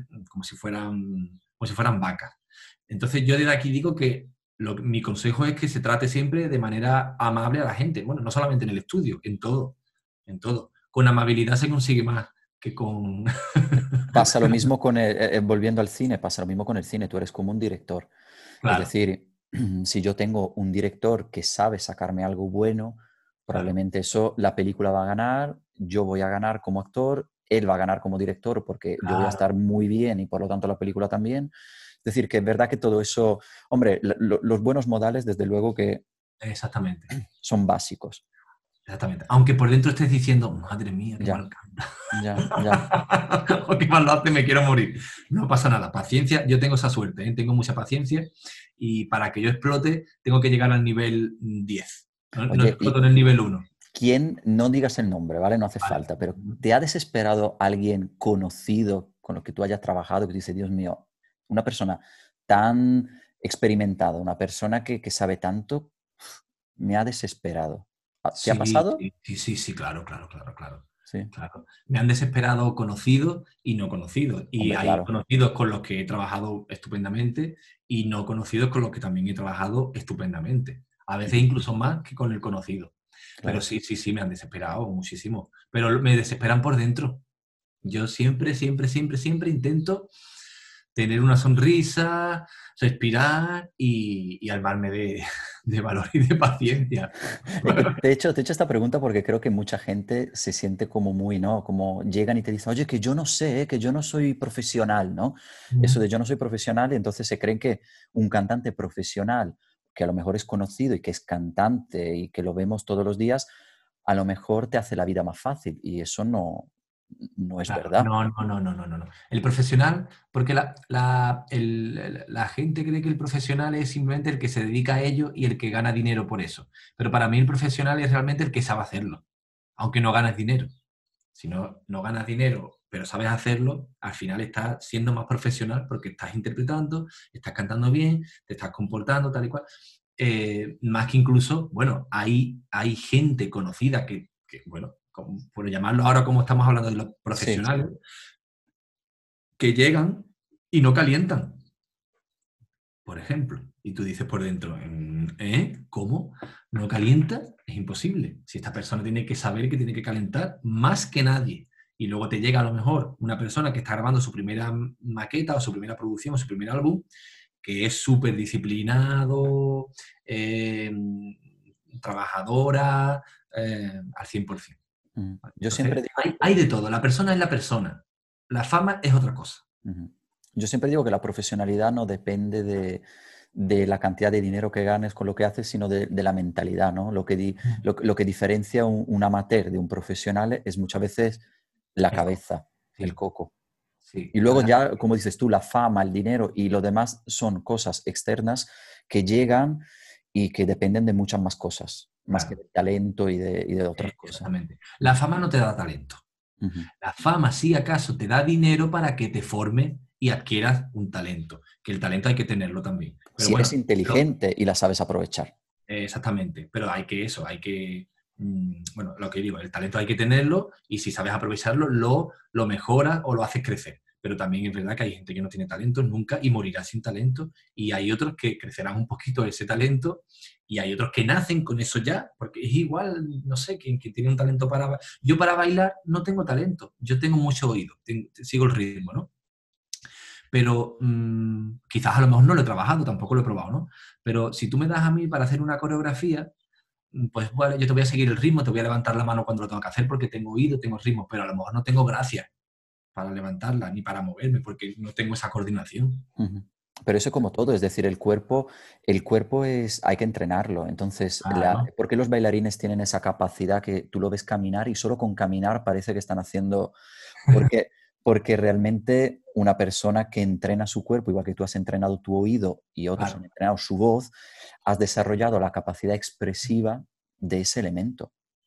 como si fueran vacas. Entonces yo desde aquí digo que mi consejo es que se trate siempre de manera amable a la gente. Bueno, no solamente en el estudio, en todo, en todo. Con amabilidad se consigue más que con... Pasa lo mismo con volviendo al cine, pasa lo mismo con el cine, tú eres como un director. Es Claro, decir, si yo tengo un director que sabe sacarme algo bueno, claro, probablemente eso, la película va a ganar, yo voy a ganar como actor, él va a ganar como director porque yo voy a claro, estar muy bien y por lo tanto la película también. Es decir, que es verdad que todo eso, hombre, los buenos modales desde luego que exactamente. son básicos. Exactamente. Aunque por dentro estés diciendo, madre mía, qué Ya, mal canta. ya, ya. O qué mal lo hace, me quiero morir. No pasa nada. Paciencia, yo tengo esa suerte, ¿eh? Tengo mucha paciencia y para que yo explote tengo que llegar al nivel 10. No, no Oye, exploto y en el nivel 1. ¿quién, no digas el nombre, ¿vale? No hace Vale. falta, pero ¿te ha desesperado alguien conocido con lo que tú hayas trabajado que te dice, Dios mío, una persona tan experimentada, una persona que sabe tanto, me ha desesperado? ¿Te ha Sí, pasado? sí, sí, sí, sí, claro, claro, claro, claro. Sí, Claro. Me han desesperado conocidos y no conocidos. Y hombre, hay claro. conocidos con los que he trabajado estupendamente y no conocidos con los que también he trabajado estupendamente. A veces Ujú, incluso más que con el conocido. Pero claro. sí, sí, sí, me han desesperado muchísimo. Pero me desesperan por dentro. Yo siempre, siempre, siempre, siempre intento tener una sonrisa, respirar y armarme de valor y de paciencia. Es que te he hecho esta pregunta porque creo que mucha gente se siente como muy, ¿no? Como llegan y te dicen, oye, que yo no sé, que yo no soy profesional, ¿no? Eso de yo no soy profesional y entonces se creen que un cantante profesional, que a lo mejor es conocido y que es cantante y que lo vemos todos los días, a lo mejor te hace la vida más fácil y eso no es Claro, verdad. no, no, no, no, no, no, no. El profesional, porque la gente cree que el profesional es simplemente el que se dedica a ello y el que gana dinero por eso. Pero para mí el profesional es realmente el que sabe hacerlo, aunque no ganas dinero. Si no, no ganas dinero, pero sabes hacerlo, al final estás siendo más profesional porque estás interpretando, estás cantando bien, te estás comportando tal y cual. Más que incluso, bueno, hay gente conocida bueno, por llamarlo ahora como estamos hablando de los Sí. profesionales, que llegan y no calientan, por ejemplo. Y tú dices por dentro, ¿cómo? ¿No calienta? Es imposible. Si esta persona tiene que saber que tiene que calentar más que nadie. Y luego te llega a lo mejor una persona que está grabando su primera maqueta o su primera producción o su primer álbum, que es súper disciplinado, eh, trabajadora, al 100%. Mm. Yo Entonces, siempre digo hay de todo. La persona es la persona. La fama es otra cosa. Ujú. Yo siempre digo que la profesionalidad no depende de la cantidad de dinero que ganes con lo que haces, sino de la mentalidad, ¿no? Lo que diferencia un amateur de un profesional es muchas veces la El coco. cabeza, el Sí, coco. sí, Y luego cada... ya, como dices tú, la fama, el dinero y lo demás son cosas externas que llegan y que dependen de muchas más cosas, más que Claro, del talento y de otras cosas. exactamente. La fama no te da talento. Ujú. La fama, si acaso, te da dinero para que te forme y adquieras un talento, que el talento hay que tenerlo también. Pero Si eres bueno, inteligente y la sabes aprovechar. exactamente, pero bueno, lo que digo, el talento hay que tenerlo y si sabes aprovecharlo, lo mejoras o lo haces crecer. Pero también es verdad que hay gente que no tiene talento nunca y morirá sin talento y hay otros que crecerán un poquito ese talento y hay otros que nacen con eso ya, porque es igual, no sé, quien tiene un talento para... Yo para bailar no tengo talento, yo tengo mucho oído, sigo el ritmo, ¿no? Pero quizás a lo mejor no lo he trabajado, tampoco lo he probado, ¿no? Pero si tú me das a mí para hacer una coreografía, pues bueno, yo te voy a seguir el ritmo, te voy a levantar la mano cuando lo tengo que hacer porque tengo oído, tengo ritmo, pero a lo mejor no tengo gracia para levantarla ni para moverme porque no tengo esa coordinación. Ujú. Pero eso como todo, es decir, el cuerpo es, hay que entrenarlo. Entonces, Claro, ¿por qué los bailarines tienen esa capacidad que tú lo ves caminar y solo con caminar parece que están haciendo? Porque, porque realmente una persona que entrena su cuerpo, igual que tú has entrenado tu oído y otros han claro. entrenado su voz, has desarrollado la capacidad expresiva de ese elemento.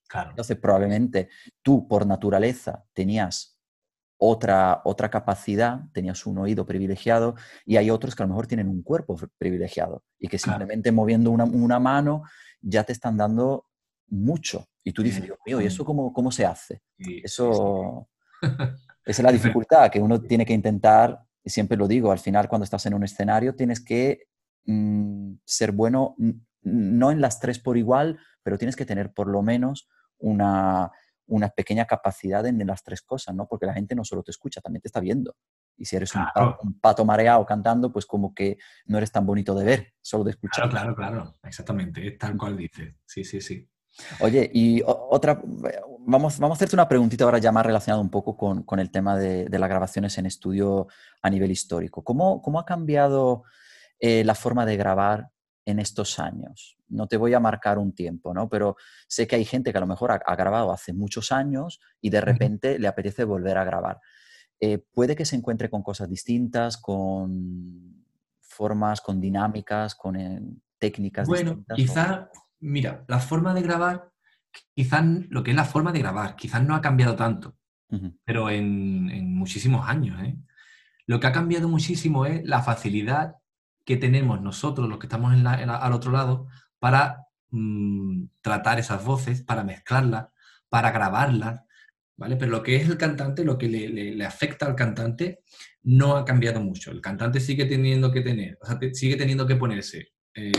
Claro, Entonces, probablemente tú por naturaleza tenías otra capacidad, tenías un oído privilegiado y hay otros que a lo mejor tienen un cuerpo privilegiado y que claro. simplemente moviendo una mano ya te están dando mucho. Y tú dices, Dios mío, ¿y eso Exactamente. cómo se hace? Sí, sí, sí. Eso, esa es la Es verdad. dificultad que uno tiene que intentar, y siempre lo digo, al final cuando estás en un escenario tienes que ser bueno, no en las tres por igual, pero tienes que tener por lo menos una pequeña capacidad en las tres cosas, ¿no? Porque la gente no solo te escucha, también te está viendo. Y si eres Claro, un pato mareado cantando, pues como que no eres tan bonito de ver, solo de escuchar. claro, claro, claro. Exactamente, es tal cual dices. Sí, sí, sí. Oye, y otra, vamos a hacerte una preguntita ahora ya más relacionada un poco con el tema de las grabaciones en estudio a nivel histórico. ¿Cómo ha cambiado la forma de grabar en estos años? No te voy a marcar un tiempo, ¿no? Pero sé que hay gente que a lo mejor ha grabado hace muchos años y de Ujú. repente le apetece volver a grabar. Puede que se encuentre con cosas distintas, con formas, con dinámicas, con técnicas Bueno, distintas. quizás, mira, la forma de grabar, quizás lo que es la forma de grabar, quizás no ha cambiado tanto, Ujú, pero en muchísimos años, ¿eh? Lo que ha cambiado muchísimo es la facilidad que tenemos nosotros, los que estamos al otro lado, para tratar esas voces, para mezclarlas, para grabarlas, ¿vale? Pero lo que es el cantante, lo que le afecta al cantante, no ha cambiado mucho. El cantante sigue teniendo que tener, o sea, sigue teniendo que ponerse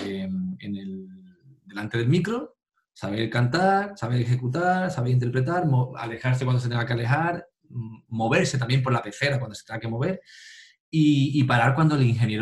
delante del micro, saber cantar, saber ejecutar, saber interpretar, alejarse cuando se tenga que alejar, moverse también por la pecera cuando se tenga que mover y parar cuando el ingeniero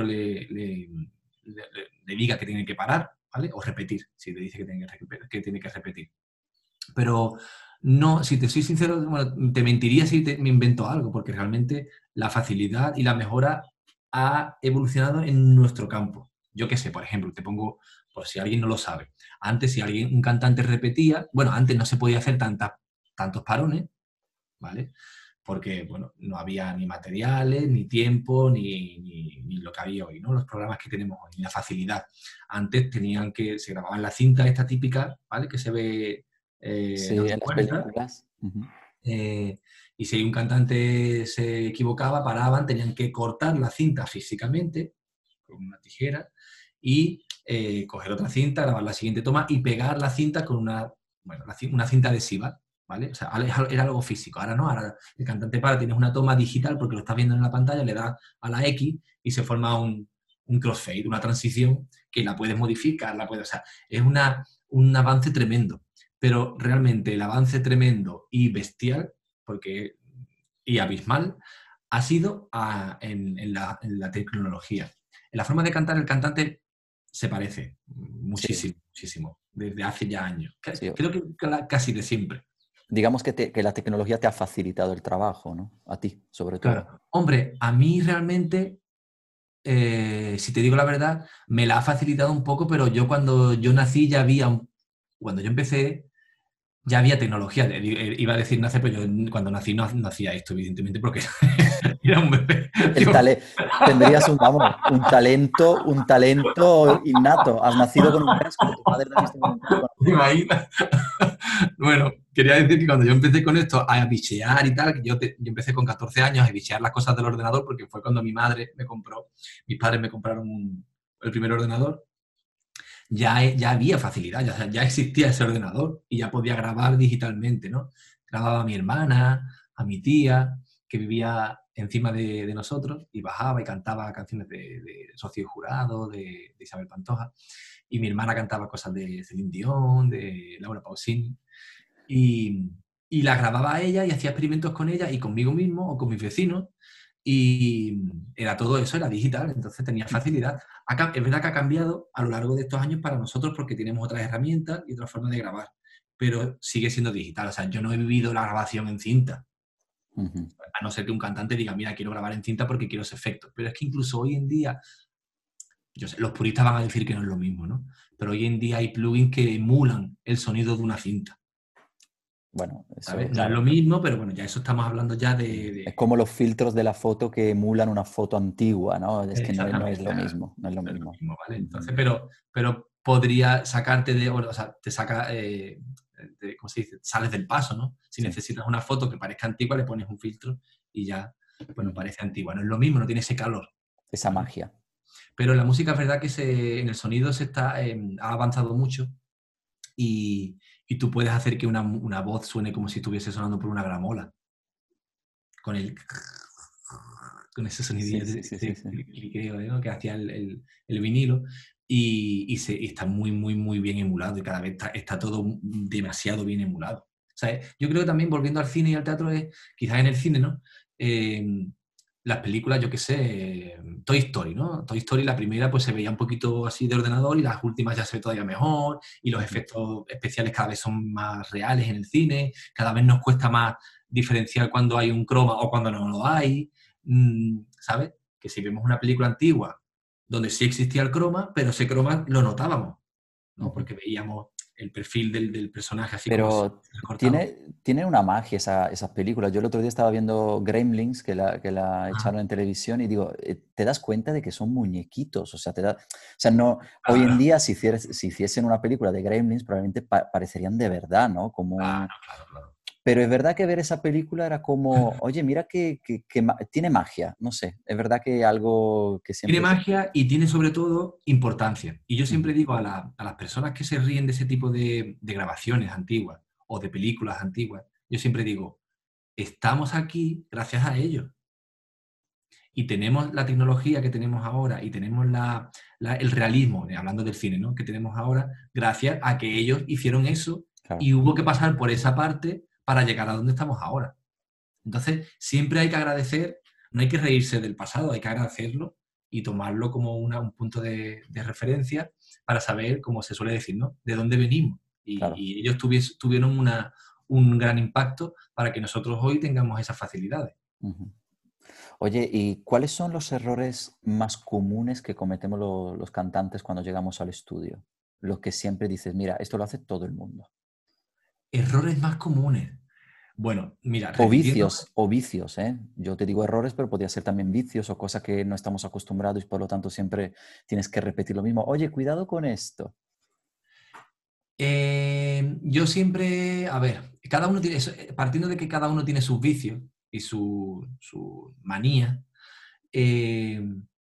le diga que tiene que parar, ¿vale? O repetir, si le dice que tiene que repetir. Pero no, si te soy sincero, bueno, te mentiría si me invento algo, porque realmente la facilidad y la mejora ha evolucionado en nuestro campo. Yo qué sé, por ejemplo, te pongo, por si alguien no lo sabe. Antes, si un cantante repetía, bueno, antes no se podía hacer tantos parones, ¿vale? Porque, bueno, no había ni materiales, ni tiempo, ni lo que había hoy, ¿no? Los programas que tenemos hoy, ni la facilidad. Antes se grababan la cinta esta típica, ¿vale? Que se ve en sí, en las Autopuerta, películas. Ujú. y si un cantante se equivocaba, paraban, tenían que cortar la cinta físicamente con una tijera y coger otra cinta, grabar la siguiente toma y pegar la cinta con una cinta adhesiva, ¿vale? O sea, era algo físico. Ahora no, ahora el cantante para, tienes una toma digital porque lo estás viendo en la pantalla, le das a la X y se forma un crossfade, una transición que la puedes modificar, o sea, es un avance tremendo. Pero realmente el avance tremendo y bestial, y abismal, ha sido en la tecnología. En la forma de cantar, el cantante se parece Sí, muchísimo, muchísimo, desde hace ya años. sí. Creo que casi de siempre. Digamos que la tecnología te ha facilitado el trabajo, ¿no? A ti, sobre todo. Claro. Hombre, a mí realmente, si te digo la verdad, me la ha facilitado un poco, pero yo cuando yo nací ya cuando yo empecé, ya había tecnología. Iba a decir nacer, pero yo cuando nací no hacía esto, evidentemente, porque era un bebé. El tale Tendrías vamos, un talento innato. Has nacido con un casco, tu padre también estuvo con un casco. ¿Te imaginas? Bueno, quería decir que cuando yo empecé con esto a bichear y tal, que yo empecé con 14 años a bichear las cosas del ordenador porque fue cuando mis padres me compraron el primer ordenador, ya había facilidad, ya existía ese ordenador y ya podía grabar digitalmente, ¿no? Grababa a mi hermana, a mi tía, que vivía encima de nosotros y bajaba y cantaba canciones de Rocío Jurado, de Isabel Pantoja, y mi hermana cantaba cosas de Celine Dion, de Laura Pausini, y, y la grababa a ella y hacía experimentos con ella y conmigo mismo o con mis vecinos, y era todo eso, era digital, entonces tenía facilidad. Es verdad que ha cambiado a lo largo de estos años para nosotros porque tenemos otras herramientas y otras formas de grabar, pero sigue siendo digital. O sea, yo no he vivido la grabación en cinta, Ujú. a no ser que un cantante diga, mira, quiero grabar en cinta porque quiero ese efecto. Pero es que incluso hoy en día, yo sé, los puristas van a decir que no es lo mismo, ¿no? Pero hoy en día hay plugins que emulan el sonido de una cinta, Bueno, eso, ¿sabes? No es claro. lo mismo, pero bueno, ya eso estamos hablando ya Es como los filtros de la foto que emulan una foto antigua, ¿no? Es que no es exactamente, lo mismo, no es lo no es lo mismo. mismo, ¿vale? Ujú. Entonces, pero podría sacarte o sea, te saca, ¿cómo se dice? Sales del paso, ¿no? Si Sí. necesitas una foto que parezca antigua, le pones un filtro y ya, bueno, parece antigua. No es lo mismo, no tiene ese calor. Esa ¿Vale? magia. Pero en la música es verdad que en el sonido ha avanzado mucho y tú puedes hacer que una voz suene como si estuviese sonando por una gramola, con el con ese Sí, sonidillo sí, sí, sí, sí. cliqueo, ¿no? Que hacía el vinilo y está muy, muy, muy bien emulado y cada vez está todo demasiado bien emulado. O sea, yo creo que también volviendo al cine y al teatro es, quizás en el cine, ¿no? Las películas, yo qué sé, Toy Story, ¿no? Toy Story, la primera pues se veía un poquito así de ordenador y las últimas ya se ve todavía mejor y los Ujú. efectos especiales cada vez son más reales en el cine, cada vez nos cuesta más diferenciar cuando hay un croma o cuando no lo hay, ¿sabes? Que si vemos una película antigua donde sí existía el croma, pero ese croma lo notábamos, ¿no? Ujú. Porque veíamos el perfil del personaje así como Pero recortado. tiene una magia esas películas. Yo el otro día estaba viendo Gremlins, que la Ah, echaron en televisión, y digo, te das cuenta de que son muñequitos. O sea, o sea, no, hoy en claro, día, si hiciesen una película de Gremlins, probablemente parecerían de verdad, ¿no? claro, claro, claro. Pero es verdad que ver esa película era como, oye, mira que tiene magia, no sé, es verdad que algo que Tiene siempre... magia y tiene sobre todo importancia. Y yo Ujú, siempre digo a las personas que se ríen de ese tipo de grabaciones antiguas o de películas antiguas, yo siempre digo, estamos aquí gracias a ellos. Y tenemos la tecnología que tenemos ahora y tenemos el realismo, hablando del cine, ¿no? Que tenemos ahora, gracias a que ellos hicieron eso claro. y hubo que pasar por esa parte para llegar a donde estamos ahora. Entonces, siempre hay que agradecer, no hay que reírse del pasado, hay que agradecerlo y tomarlo como un punto de referencia para saber, como se suele decir, ¿no? De dónde venimos. Claro. Y ellos tuvieron un gran impacto para que nosotros hoy tengamos esas facilidades. Ujú. Oye, ¿y cuáles son los errores más comunes que cometemos los cantantes cuando llegamos al estudio? Lo que siempre dices, mira, esto lo hace todo el mundo. Errores más comunes. Bueno, mira, repitiendo, O vicios, ¿eh? Yo te digo errores, pero podría ser también vicios o cosas que no estamos acostumbrados y por lo tanto siempre tienes que repetir lo mismo. Oye, cuidado con esto. yo siempre, a ver, cada uno tiene, partiendo de que cada uno tiene sus vicios y su manía, eh,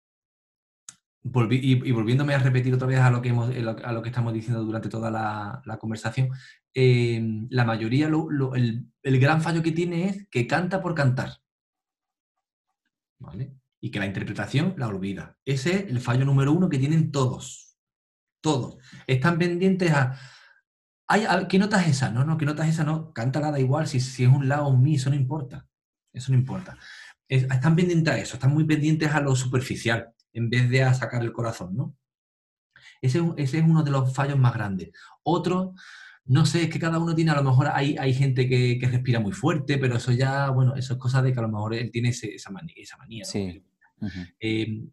y volviéndome a repetir otra vez a lo que, a lo que estamos diciendo durante toda la conversación, la mayoría, el gran fallo que tiene es que canta por cantar, ¿vale? Y que la interpretación la olvida. Ese es el fallo número uno que tienen todos, todos. Están pendientes a, ay, ¿qué nota es esa? No, no, ¿qué nota es esa? No, cántala, da igual, si es un la o un mi, eso no importa. Eso no importa. Están pendientes a eso, están muy pendientes a lo superficial, en vez de a sacar el corazón, ¿no? Ese es uno de los fallos más grandes. Otro, no sé, es que cada uno tiene, a lo mejor hay gente que respira muy fuerte, pero eso ya, bueno, eso es cosa de que a lo mejor él tiene esa manía, ¿no? Sí. Ujú. Eh,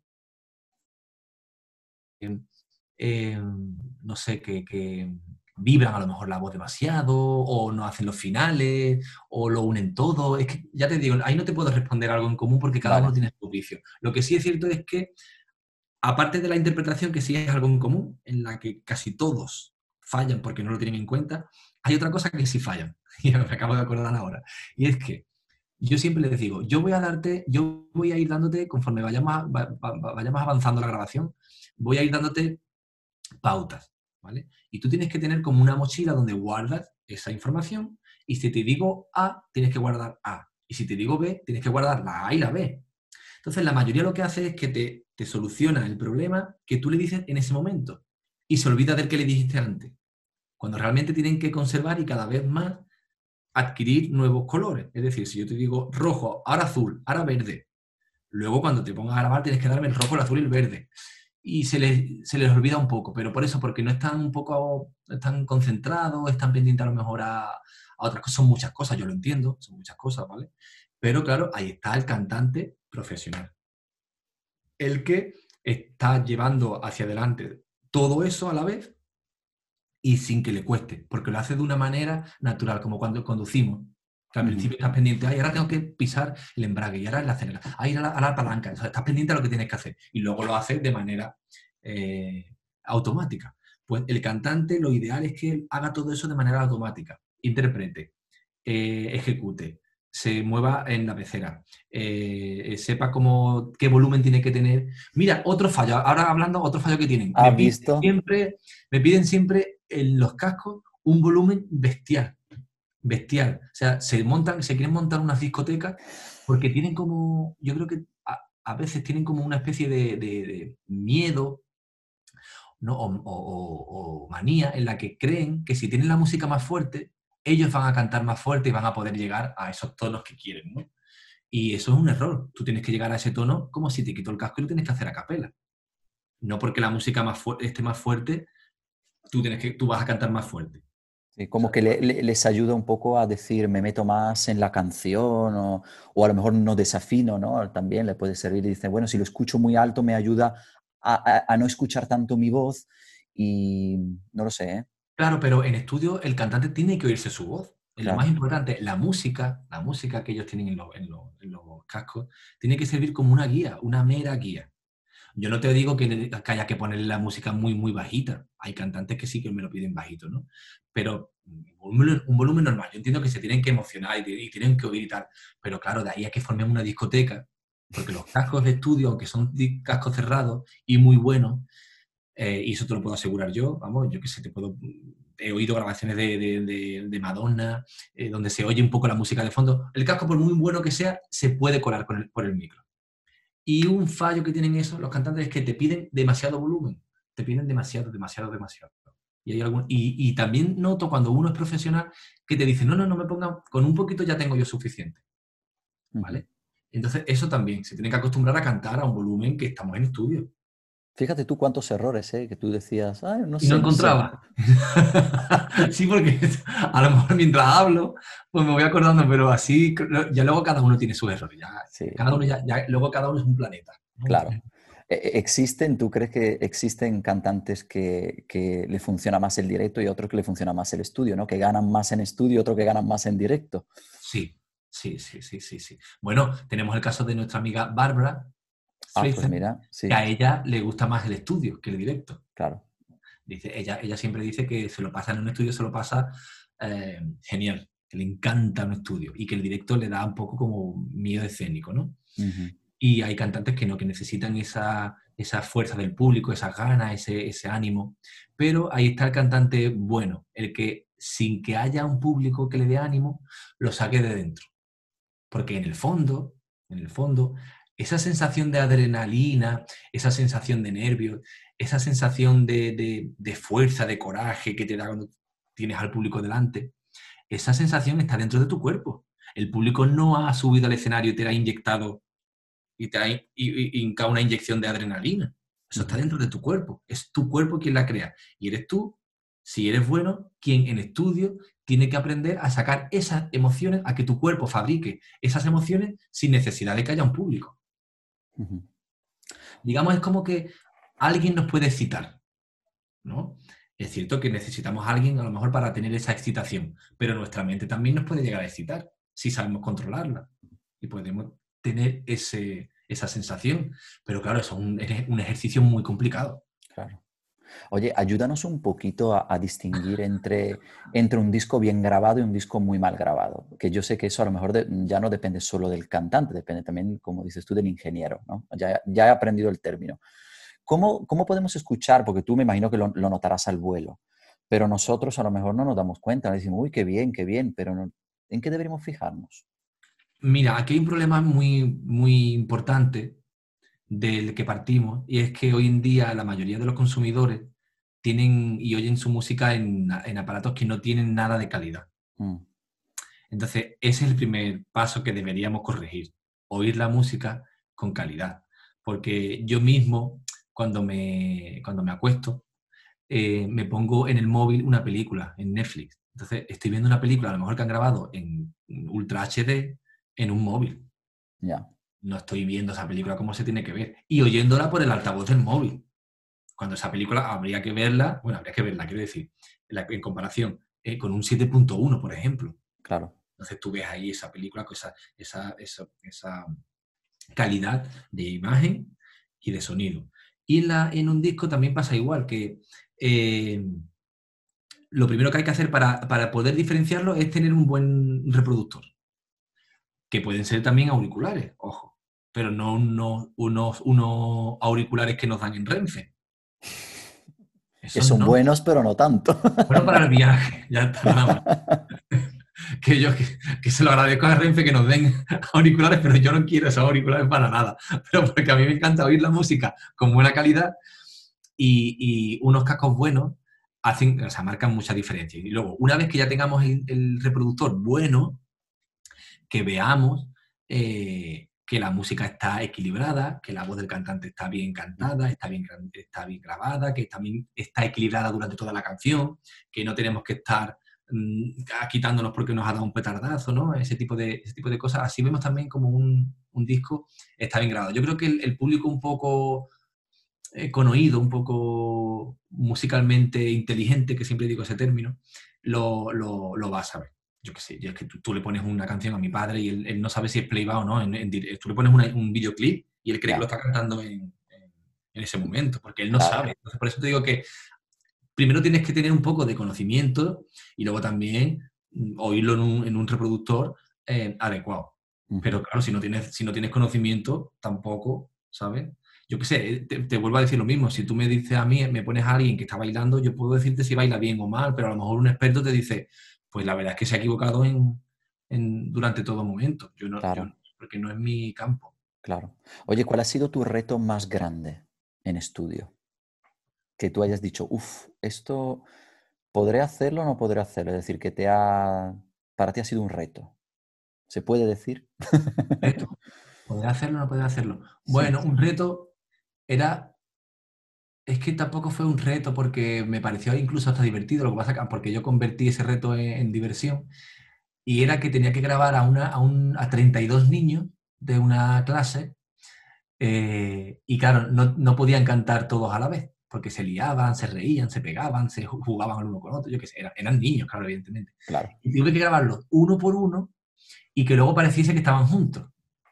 eh, no sé, que vibran a lo mejor la voz demasiado, o no hacen los finales, o lo unen todo. Es que, ya te digo, ahí no te puedo responder algo en común porque cada uno Vale. tiene su vicio. Lo que sí es cierto es que, aparte de la interpretación, que sí es algo en común, en la que casi todos fallan porque no lo tienen en cuenta, hay otra cosa que sí fallan, y me acabo de acordar ahora, y es que yo siempre les digo, yo voy a ir dándote, conforme vayamos avanzando la grabación, voy a ir dándote pautas, ¿vale? Y tú tienes que tener como una mochila donde guardas esa información y si te digo A, tienes que guardar A. Y si te digo B, tienes que guardar la A y la B. Entonces, la mayoría lo que hace es que te soluciona el problema que tú le dices en ese momento y se olvida del que le dijiste antes, cuando realmente tienen que conservar y cada vez más adquirir nuevos colores. Es decir, si yo te digo rojo, ahora azul, ahora verde, luego cuando te pongas a grabar tienes que darme el rojo, el azul y el verde y se les olvida un poco, pero por eso, porque no están un poco, no están concentrados, están pendientes a lo mejor a otras cosas, son muchas cosas, yo lo entiendo, son muchas cosas, ¿vale? Pero claro, ahí está el cantante profesional, el que está llevando hacia adelante todo eso a la vez y sin que le cueste, porque lo hace de una manera natural, como cuando conducimos. Que al Ujú. principio estás pendiente, ay, ahora tengo que pisar el embrague y ahora el acelerador, ay, a la palanca, o sea, estás pendiente a lo que tienes que hacer y luego lo haces de manera automática. Pues el cantante lo ideal es que él haga todo eso de manera automática. Interprete, ejecute, se mueva en la pecera, sepa qué volumen tiene que tener. Mira, otro fallo, ahora hablando, otro fallo que tienen. ¿Has visto? Me piden siempre en los cascos un volumen bestial. Bestial. O sea, se quieren montar unas discotecas porque tienen como, yo creo que a veces tienen como una especie de miedo, ¿no? O manía en la que creen que si tienen la música más fuerte, ellos van a cantar más fuerte y van a poder llegar a esos tonos que quieren, ¿no? Y eso es un error. Tú tienes que llegar a ese tono como si te quito el casco y lo tienes que hacer a capela. No porque la música esté más fuerte, tú vas a cantar más fuerte. Sí, como que les ayuda un poco a decir, me meto más en la canción o a lo mejor no desafino, ¿no? También le puede servir y dice, bueno, si lo escucho muy alto me ayuda a no escuchar tanto mi voz y no lo sé, ¿eh? Claro, pero en estudio el cantante tiene que oírse su voz. Es lo más Claro. importante. La música que ellos tienen en los cascos, tiene que servir como una guía, una mera guía. Yo no te digo que haya que ponerle la música muy, muy bajita. Hay cantantes que sí que me lo piden bajito, ¿no? Pero un volumen normal. Yo entiendo que se tienen que emocionar y tienen que oír y tal. Pero claro, de ahí a que formemos una discoteca, porque los cascos de estudio, aunque son cascos cerrados y muy buenos, y eso te lo puedo asegurar yo, vamos, yo qué sé, he oído grabaciones de Madonna, donde se oye un poco la música de fondo. El casco, por muy bueno que sea, se puede colar por el micro. Y un fallo que tienen esos, los cantantes, es que te piden demasiado volumen. Te piden demasiado, demasiado, demasiado. Y también noto cuando uno es profesional que te dice, no, no, no me pongan, con un poquito ya tengo yo suficiente, Ujú. ¿vale? Entonces, eso también, se tiene que acostumbrar a cantar a un volumen que estamos en estudio. Fíjate tú cuántos errores, ¿eh? Que tú decías, ay, no Y no sé, no sé. encontraba. Sí, porque a lo mejor mientras hablo, pues me voy acordando, pero así, ya luego cada uno tiene sus errores. Sí, Cada uno luego cada uno es un planeta, ¿no? claro. ¿Existen, tú crees que existen cantantes que le funciona más el directo y otros que le funciona más el estudio, ¿no? Que ganan más en estudio y otros que ganan más en directo. Sí, sí, sí, sí, sí, sí. Bueno, tenemos el caso de nuestra amiga Bárbara Ah, pues Streisand, mira, que sí, a ella le gusta más el estudio que el directo. claro. Dice, ella siempre dice que se lo pasa en un estudio, se lo pasa genial, que le encanta un estudio y que el directo le da un poco como miedo escénico, ¿no? Ujú, Y hay cantantes que no, que necesitan esa fuerza del público, esas ganas, ese ánimo. Pero ahí está el cantante bueno, el que sin que haya un público que le dé ánimo, lo saque de dentro. Porque en el fondo, esa sensación de adrenalina, esa sensación de nervios, esa sensación de fuerza, de coraje que te da cuando tienes al público delante, esa sensación está dentro de tu cuerpo. El público no ha subido al escenario y te ha inyectado y te ha hincado una inyección de adrenalina. Eso está ujú. dentro de tu cuerpo. Es tu cuerpo quien la crea. Y eres tú, si eres bueno, quien en estudio tiene que aprender a sacar esas emociones, a que tu cuerpo fabrique esas emociones sin necesidad de que haya un público. Ujú. Digamos, es como que alguien nos puede excitar, ¿no? Es cierto que necesitamos a alguien a lo mejor para tener esa excitación, pero nuestra mente también nos puede llegar a excitar si sabemos controlarla y podemos tener esa sensación. Pero claro, eso es un ejercicio muy complicado. Claro. Oye, ayúdanos un poquito a distinguir entre un disco bien grabado y un disco muy mal grabado, que yo sé que eso a lo mejor ya no depende solo del cantante, depende también, como dices tú, del ingeniero, ¿no? Ya he aprendido el término. ¿Cómo podemos escuchar? Porque tú me imagino que lo notarás al vuelo, pero nosotros a lo mejor no nos damos cuenta, decimos, uy, qué bien, pero ¿en qué deberíamos fijarnos? Mira, aquí hay un problema muy, muy importante del que partimos, y es que hoy en día la mayoría de los consumidores tienen y oyen su música en aparatos que no tienen nada de calidad. Mm, Entonces, ese es el primer paso que deberíamos corregir, oír la música con calidad. Porque yo mismo, cuando me acuesto, me pongo en el móvil una película, en Netflix. Entonces, estoy viendo una película, a lo mejor que han grabado en Ultra HD, en un móvil. ya, No estoy viendo esa película como se tiene que ver. Y oyéndola por el altavoz del móvil. Cuando esa película habría que verla, quiero decir, en comparación con un 7.1, por ejemplo. claro. Entonces tú ves ahí esa película con esa calidad de imagen y de sonido. Y en un disco también pasa igual, que lo primero que hay que hacer para poder diferenciarlo es tener un buen reproductor, que pueden ser también auriculares, ojo, pero no unos auriculares que nos dan en Renfe. Que Esos son no. buenos, pero no tanto. Bueno, para el viaje, ya está, nada más. Que se lo agradezco a Renfe que nos den auriculares, pero yo no quiero esos auriculares para nada. Pero porque a mí me encanta oír la música con buena calidad y unos cascos buenos hacen, o sea, marcan mucha diferencia. Y luego, una vez que ya tengamos el reproductor bueno, que veamos que la música está equilibrada, que la voz del cantante está bien cantada, está bien grabada, que también está equilibrada durante toda la canción, que no tenemos que estar quitándonos porque nos ha dado un petardazo, ¿no? Ese tipo de cosas. Así vemos también como un disco está bien grabado. Yo creo que el público un poco con oído, un poco musicalmente inteligente, que siempre digo ese término, lo va a saber. Yo qué sé, yo es que tú le pones una canción a mi padre y él no sabe si es playback o no. Tú le pones un videoclip y él cree que lo Ya, está cantando en ese momento, porque él no claro. sabe. Entonces, por eso te digo que primero tienes que tener un poco de conocimiento y luego también oírlo en un reproductor adecuado. Ujú. Pero claro, si no tienes conocimiento, tampoco, ¿sabes? Yo qué sé, te vuelvo a decir lo mismo. Si tú me dices a mí, me pones a alguien que está bailando, yo puedo decirte si baila bien o mal, pero a lo mejor un experto te dice, pues la verdad es que se ha equivocado durante todo momento. Claro, Porque no es mi campo. claro. Oye, ¿cuál ha sido tu reto más grande en estudio? Que tú hayas dicho, uff, esto podré hacerlo o no podré hacerlo. Es decir, para ti ha sido un reto. ¿Se puede decir? ¿Reto? ¿Podré hacerlo o no podré hacerlo? Sí. Bueno, un reto era. Es que tampoco fue un reto porque me pareció incluso hasta divertido, lo que pasa que porque yo convertí ese reto en diversión y era que tenía que grabar a 32 niños de una clase y claro, no podían cantar todos a la vez porque se liaban, se reían, se pegaban, se jugaban el uno con otro, yo qué sé, eran niños, claro, evidentemente. Claro. Y tuve que grabarlos uno por uno y que luego pareciese que estaban juntos.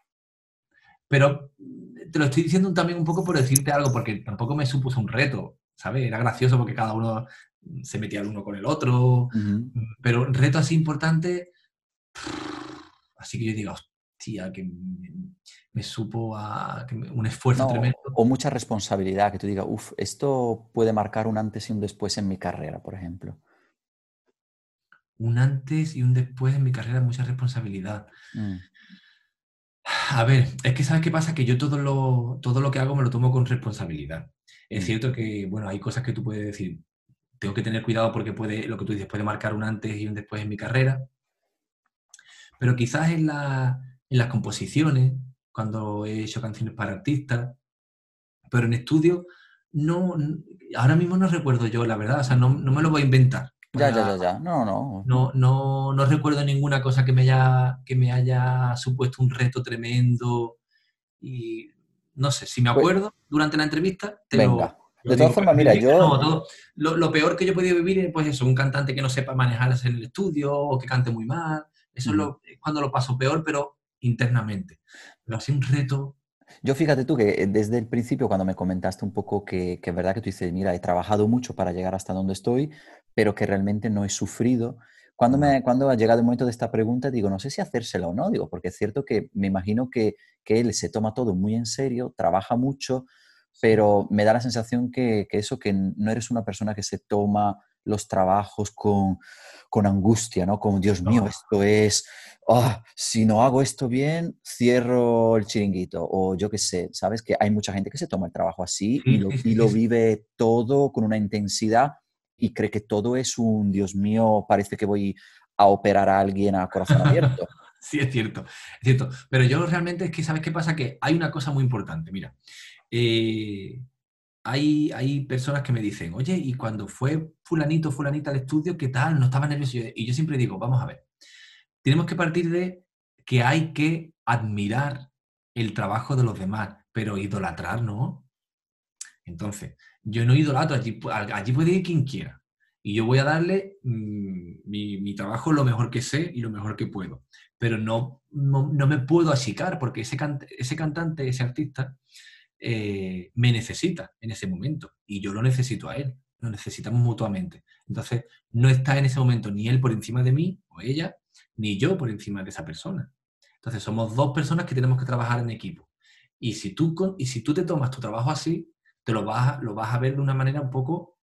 Pero te lo estoy diciendo también un poco por decirte algo, porque tampoco me supuso un reto, ¿sabes? Era gracioso porque cada uno se metía el uno con el otro, Ujú. pero un reto así importante, así que yo digo, hostia, que me supo un esfuerzo No, tremendo. o mucha responsabilidad, que tú digas, uff, esto puede marcar un antes y un después en mi carrera, por ejemplo. Un antes y un después en mi carrera, mucha responsabilidad. Mm, A ver, es que ¿sabes qué pasa? Que yo todo lo que hago me lo tomo con responsabilidad. Es mm, cierto que, bueno, hay cosas que tú puedes decir, tengo que tener cuidado porque lo que tú dices, puede marcar un antes y un después en mi carrera, pero quizás en las composiciones, cuando he hecho canciones para artistas, pero en estudio, no, ahora mismo no recuerdo yo, la verdad, o sea, no me lo voy a inventar. ya, ya, ya, ya. No, no. No recuerdo ninguna cosa que me haya supuesto un reto tremendo y no sé, si me Pues, acuerdo durante la entrevista, te lo, venga. lo De todas digo. Pero formas, en mira, entrevista no, yo, lo peor que yo he podido vivir es pues eso, un cantante que no sepa manejarse en el estudio o que cante muy mal. Eso ujú. es cuando lo paso peor, pero internamente. Pero así un reto. Yo fíjate tú que desde el principio, cuando me comentaste un poco que es verdad que tú dices, mira, he trabajado mucho para llegar hasta donde estoy, pero que realmente no he sufrido. No, Cuando ha llegado el momento de esta pregunta, digo, no sé si hacérsela o no, digo, porque es cierto que me imagino que él se toma todo muy en serio, trabaja mucho, sí. pero me da la sensación que eso, que no eres una persona que se toma los trabajos con angustia, ¿no? Como, Dios mío, No, esto es si no hago esto bien, cierro el chiringuito. O yo qué sé, ¿sabes? Que hay mucha gente que se toma el trabajo así sí, sí, y sí, sí, lo sí. vive todo con una intensidad y cree que todo es un, Dios mío, parece que voy a operar a alguien a corazón abierto. Sí, es cierto, es cierto. Pero yo realmente es que, ¿sabes qué pasa? Que hay una cosa muy importante. Mira, eh, hay personas que me dicen, oye, y cuando fue fulanito, fulanita al estudio, ¿qué tal? ¿No estaba nervioso? Y yo siempre digo, vamos a ver, tenemos que partir de que hay que admirar el trabajo de los demás, pero idolatrar, ¿no? Entonces, yo no idolatro, allí puede ir quien quiera. Y yo voy a darle mi trabajo lo mejor que sé y lo mejor que puedo. Pero no me puedo achicar porque ese cantante, ese artista, me necesita en ese momento y yo lo necesito a él, lo necesitamos mutuamente. Entonces, no está en ese momento ni él por encima de mí o ella, ni yo por encima de esa persona. Entonces, somos dos personas que tenemos que trabajar en equipo. Y si tú te tomas tu trabajo así, lo vas a ver de una manera un poco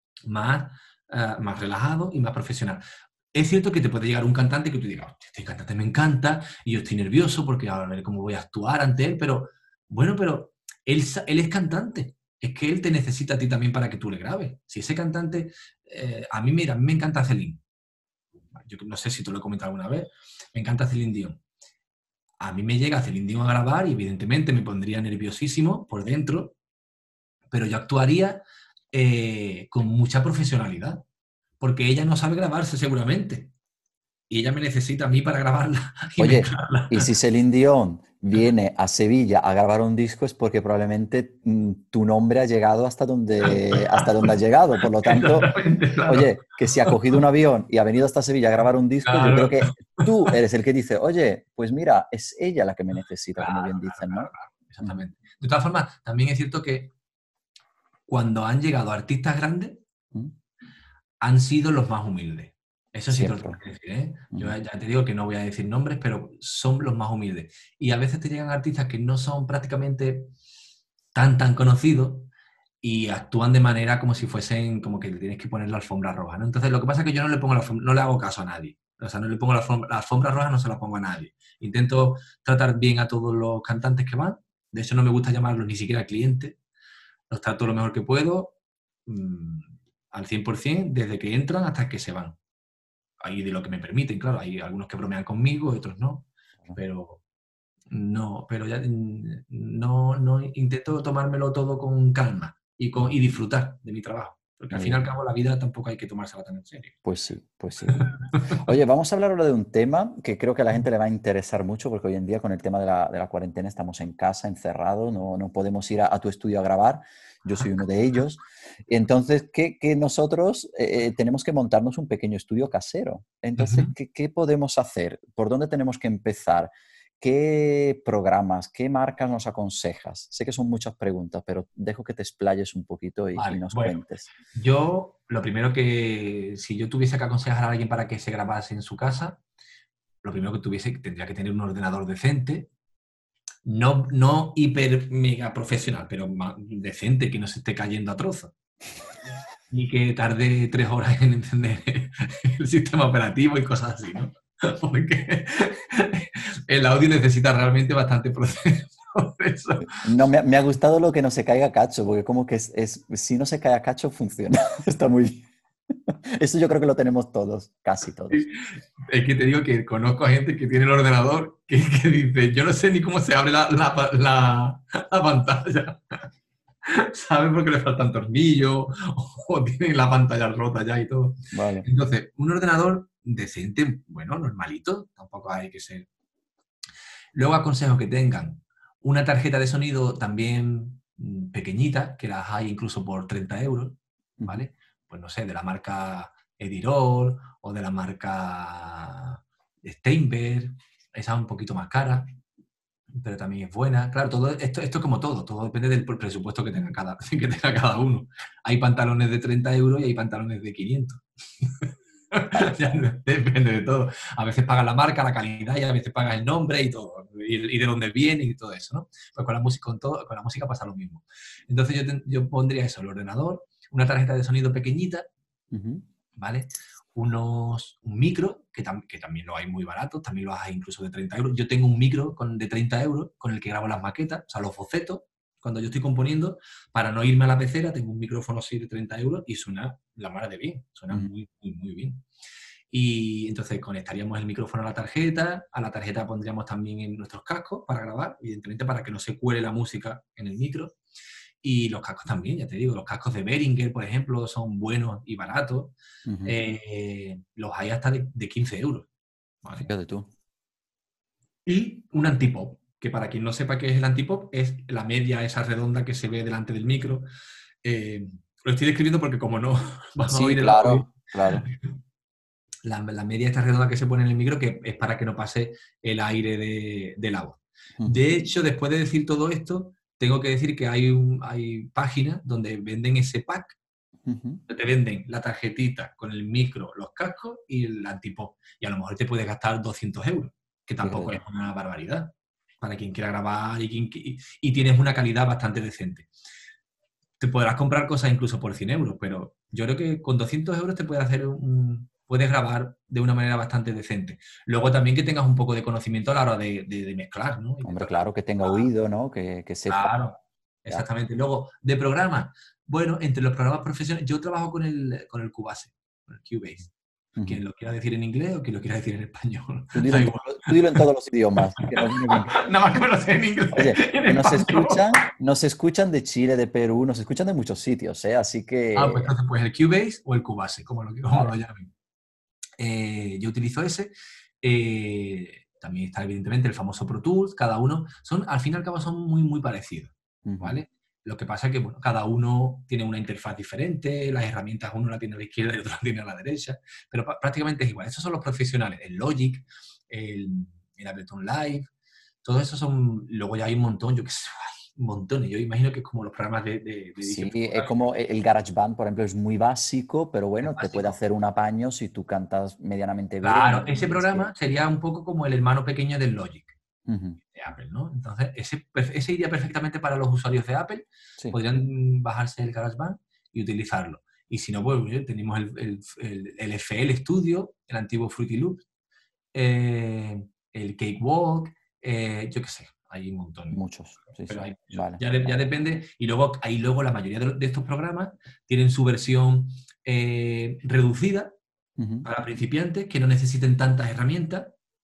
más relajado y más profesional. Es cierto que te puede llegar un cantante que tú digas, este cantante me encanta y yo estoy nervioso porque a ver cómo voy a actuar ante él, pero bueno, pero él es cantante. Es que él te necesita a ti también para que tú le grabes. Si ese cantante, a mí, mira, a mí me encanta Celine. Yo no sé si tú lo he comentado alguna vez, me encanta Celine Dion. A mí me llega Celine Dion a grabar y evidentemente me pondría nerviosísimo por dentro, pero yo actuaría con mucha profesionalidad, porque ella no sabe grabarse seguramente, y ella me necesita a mí para grabarla y Oye, mezclarla. y si Celine Dion viene a Sevilla a grabar un disco es porque probablemente tu nombre ha llegado hasta donde ha llegado. Por lo tanto, Exactamente, claro. oye, que si ha cogido un avión y ha venido hasta Sevilla a grabar un disco, yo creo Claro, que tú eres el que dice, oye, pues mira, es ella la que me necesita, como bien claro, claro, dicen, claro, ¿no? claro, Ujú. exactamente. De todas formas, también es cierto que cuando han llegado artistas grandes, Ujú. han sido los más humildes. Eso sí te lo tengo Siempre. que decir, ¿eh? Yo Ujú. ya te digo que no voy a decir nombres, pero son los más humildes. Y a veces te llegan artistas que no son prácticamente tan conocidos y actúan de manera como si fuesen, como que le tienes que poner la alfombra roja, ¿no? Entonces, lo que pasa es que yo no le hago caso a nadie. O sea, no le pongo la alfombra roja, no se la pongo a nadie. Intento tratar bien a todos los cantantes que van. De hecho, no me gusta llamarlos ni siquiera clientes. Los trato lo mejor que puedo, mm, al 100%, desde que entran hasta que se van. Ahí de lo que me permiten, claro. Hay algunos que bromean conmigo, otros no. Pero no, pero ya no intento tomármelo todo con calma y disfrutar de mi trabajo. Porque al Muy fin y al bien. cabo la vida tampoco hay que tomársela tan en serio. Pues sí, pues sí. Oye, vamos a hablar ahora de un tema que creo que a la gente le va a interesar mucho porque hoy en día con el tema de la cuarentena estamos en casa, encerrados, no podemos ir a tu estudio a grabar. Yo soy uno de ellos. Entonces, que nosotros tenemos que montarnos un pequeño estudio casero. Entonces, Ujú. ¿qué podemos hacer? ¿Por dónde tenemos que empezar? ¿Qué programas, qué marcas nos aconsejas? Sé que son muchas preguntas, pero dejo que te explayes un poquito y Vale, nos bueno, cuentes. yo lo primero que, si yo tuviese que aconsejar a alguien para que se grabase en su casa, lo primero tendría que tener un ordenador decente, no hiper mega profesional, pero decente, que no se esté cayendo a trozos. Ni que tarde 3 horas en encender el sistema operativo y cosas así, ¿no? Porque el audio necesita realmente bastante proceso. No, me ha gustado lo que no se caiga a cacho, porque como que si no se cae a cacho, funciona. Está muy bien. Eso yo creo que lo tenemos todos, casi todos. Es que te digo que conozco a gente que tiene el ordenador que dice, yo no sé ni cómo se abre la pantalla, ¿sabes? Porque le faltan tornillos o tienen la pantalla rota ya y todo. Vale. Entonces, un ordenador decente, bueno, normalito, tampoco hay que ser. Luego aconsejo que tengan una tarjeta de sonido también pequeñita, que las hay incluso por 30 euros, Ujú. ¿vale? Pues no sé, de la marca Edirol o de la marca Steinberg, esa es un poquito más cara, pero también es buena. Claro, esto es como todo depende del presupuesto que tenga que tenga cada uno. Hay pantalones de 30 euros y hay pantalones de 500. Claro, Ya depende de todo. A veces pagas la marca, la calidad y a veces pagas el nombre y todo. Y de dónde viene y todo eso, ¿no? Pues con la música pasa lo mismo. Entonces yo pondría eso, el ordenador, una tarjeta de sonido pequeñita, ujú, ¿vale? Un micro, que también lo hay muy baratos, también lo hay incluso de 30 euros. Yo tengo un micro de 30 euros con el que grabo las maquetas, o sea, los bocetos, cuando yo estoy componiendo, para no irme a la pecera, tengo un micrófono así de 30 euros y suena la mar de bien, suena ujú. muy bien. Y entonces conectaríamos el micrófono a la tarjeta pondríamos también en nuestros cascos para grabar, evidentemente para que no se cuele la música en el micro. Y los cascos también, ya te digo, los cascos de Behringer, por ejemplo, son buenos y baratos. Ujú. Los hay hasta de 15 euros. ¿Vale? Fíjate tú. Y un antipop, que para quien no sepa qué es el antipop, es la media esa redonda que se ve delante del micro. Lo estoy describiendo porque como no van a Sí, oír el audio, claro, claro. la media esta redonda que se pone en el micro, que es para que no pase el aire de la voz. Ujú. De hecho, después de decir todo esto, tengo que decir que hay páginas donde venden ese pack. Te venden la tarjetita con el micro, los cascos y el antipop. Y a lo mejor te puedes gastar 200 euros, que tampoco es una barbaridad para quien quiera grabar y tienes una calidad bastante decente. Te podrás comprar cosas incluso por 100 euros, pero yo creo que con 200 euros te puedes grabar de una manera bastante decente. Luego también que tengas un poco de conocimiento a la hora de mezclar, ¿no? Y de Hombre, tratar. claro, que tenga oído, ¿no? Que sepa. Claro, Ya. exactamente. Luego, de programas. Bueno, entre los programas profesionales, yo trabajo con el Cubase, con el Cubase. Quien lo quiera decir en inglés o quien lo quiera decir en español. Tú dilo Da en, igual. tú dilo en todos los idiomas, que nos viene bien. Nada más que me lo sé en inglés, Oye, en que español. nos escuchan de Chile, de Perú, nos escuchan de muchos sitios, ¿eh? Así Ah, pues que, entonces, pues el Cubase o el Cubase, como lo vale. llamen. Yo utilizo ese. También está, evidentemente, el famoso Pro Tools. Cada uno, al fin y al cabo, son muy, muy parecidos, ¿vale? Lo que pasa es que, bueno, cada uno tiene una interfaz diferente, las herramientas uno la tiene a la izquierda y otro la tiene a la derecha, pero prácticamente es igual. Esos son los profesionales. El Logic, el Ableton Live, todos esos son... Luego ya hay un montón, yo qué sé, hay un montón. Y yo imagino que es como los programas de Sí, edición es fotográfica. como el GarageBand, por ejemplo, es muy básico, pero Es bueno, te puede básico. hacer un apaño si tú cantas medianamente bien Claro, ese y es que... programa sería un poco como el hermano pequeño del Logic Ujú. de Apple, ¿no? Entonces, ese iría perfectamente para los usuarios de Apple, Sí, podrían bajarse el GarageBand y utilizarlo. Y si no, pues oye, tenemos el FL Studio, el antiguo Fruity Loop, el Cakewalk, yo qué sé, hay un montón. muchos, sí, Pero sí, hay muchos. vale. Ya depende. Y luego la mayoría de estos programas tienen su versión reducida Ujú. para principiantes que no necesiten tantas herramientas.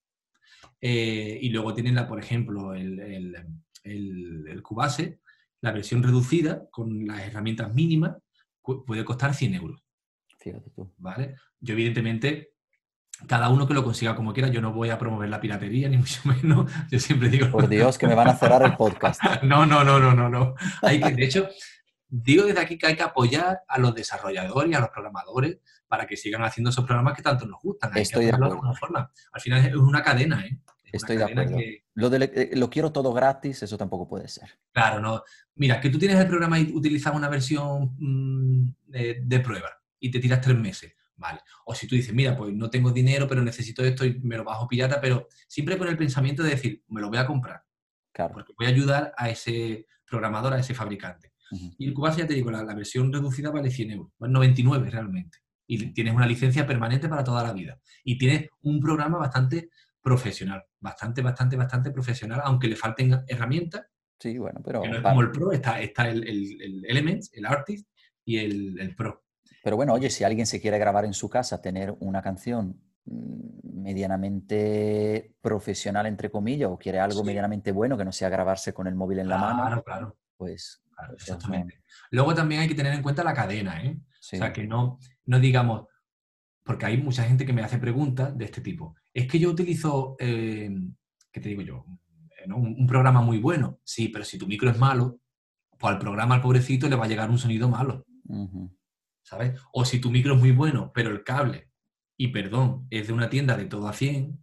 Y luego tienen, por ejemplo, el Cubase, la versión reducida con las herramientas mínimas, puede costar 100 euros. Fíjate tú. ¿Vale? Yo, evidentemente, cada uno que lo consiga como quiera, yo no voy a promover la piratería, ni mucho menos. Yo siempre digo. Por Dios, que me van a cerrar el podcast. No, no, no, no, no, no. De hecho, digo desde aquí que hay que apoyar a los desarrolladores y a los programadores para que sigan haciendo esos programas que tanto nos gustan. Hay que Estoy de apoyarlos de alguna acuerdo, forma. Al final es una cadena, ¿eh? Es una estoy de cadena acuerdo. que, Lo quiero todo gratis, eso tampoco puede ser. claro, no. Mira, que tú tienes el programa y utilizas una versión de prueba y te tiras 3 meses. Vale. O si tú dices, mira, pues no tengo dinero, pero necesito esto y me lo bajo pirata, pero siempre con el pensamiento de decir, me lo voy a comprar, Claro. porque voy a ayudar a ese programador, a ese fabricante. Ujú. Y el Cubase, ya te digo, la versión reducida vale 100 euros, vale 99 realmente. Y tienes una licencia permanente para toda la vida. Y tienes un programa bastante profesional, bastante, bastante, bastante profesional, aunque le falten herramientas, Sí, bueno, que no pero, es como el Pro, está el Elements, el Artist y el Pro. pero bueno, oye, Y si alguien se quiere grabar en su casa, tener una canción medianamente profesional, entre comillas, o quiere algo sí, medianamente bueno, que no sea grabarse con el móvil en la mano, claro, claro, pues, claro, pues ya son... exactamente. Luego también hay que tener en cuenta la cadena, ¿eh? O sea, Sí. que no digamos, porque hay mucha gente que me hace preguntas de este tipo. Es que yo utilizo, ¿qué te digo yo? ¿No? Un programa muy bueno. Sí, pero si tu micro es malo, pues al programa, al pobrecito, le va a llegar un sonido malo, Ujú. ¿sabes? O si tu micro es muy bueno, pero el cable, y perdón, es de una tienda de todo a 100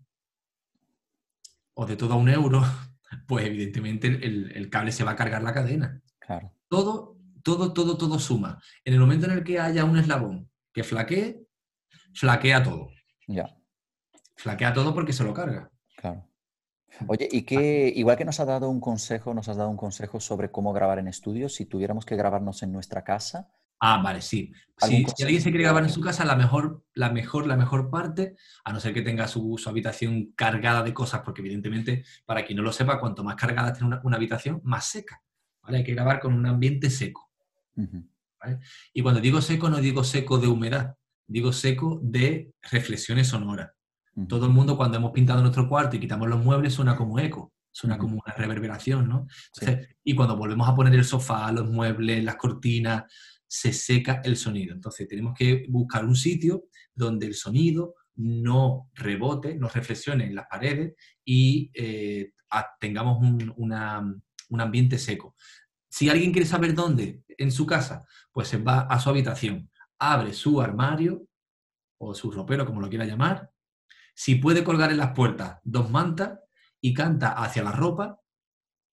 o de todo a 1 euro, pues evidentemente el cable se va a cargar la cadena. Claro, Todo, todo, todo, todo suma. En el momento en el que haya un eslabón que flaquee, flaquea todo. ya, Flaquea todo porque se lo carga. claro. Oye, y que igual que nos has dado un consejo, nos has dado un consejo sobre cómo grabar en estudio, si tuviéramos que grabarnos en nuestra casa, Ah, vale, sí. ¿algún Si alguien se quiere grabar en consejillo? su casa, la mejor parte, a no ser que tenga su habitación cargada de cosas, porque evidentemente, para quien no lo sepa, cuanto más cargada tiene una habitación, más seca. ¿Vale? Hay que grabar con un ambiente seco. Ujú, ¿Vale? Y cuando digo seco, no digo seco de humedad, digo seco de reflexiones sonoras. ujú, Todo el mundo, cuando hemos pintado nuestro cuarto y quitamos los muebles, suena como eco, suena ujú. como una reverberación, ¿no? Sí, Entonces, y cuando volvemos a poner el sofá, los muebles, las cortinas, se seca el sonido. Entonces, tenemos que buscar un sitio donde el sonido no rebote, no reflexione en las paredes y tengamos un ambiente seco. Si alguien quiere saber dónde en su casa, pues se va a su habitación, abre su armario o su ropero, como lo quiera llamar. Si puede colgar en las puertas 2 mantas y canta hacia la ropa,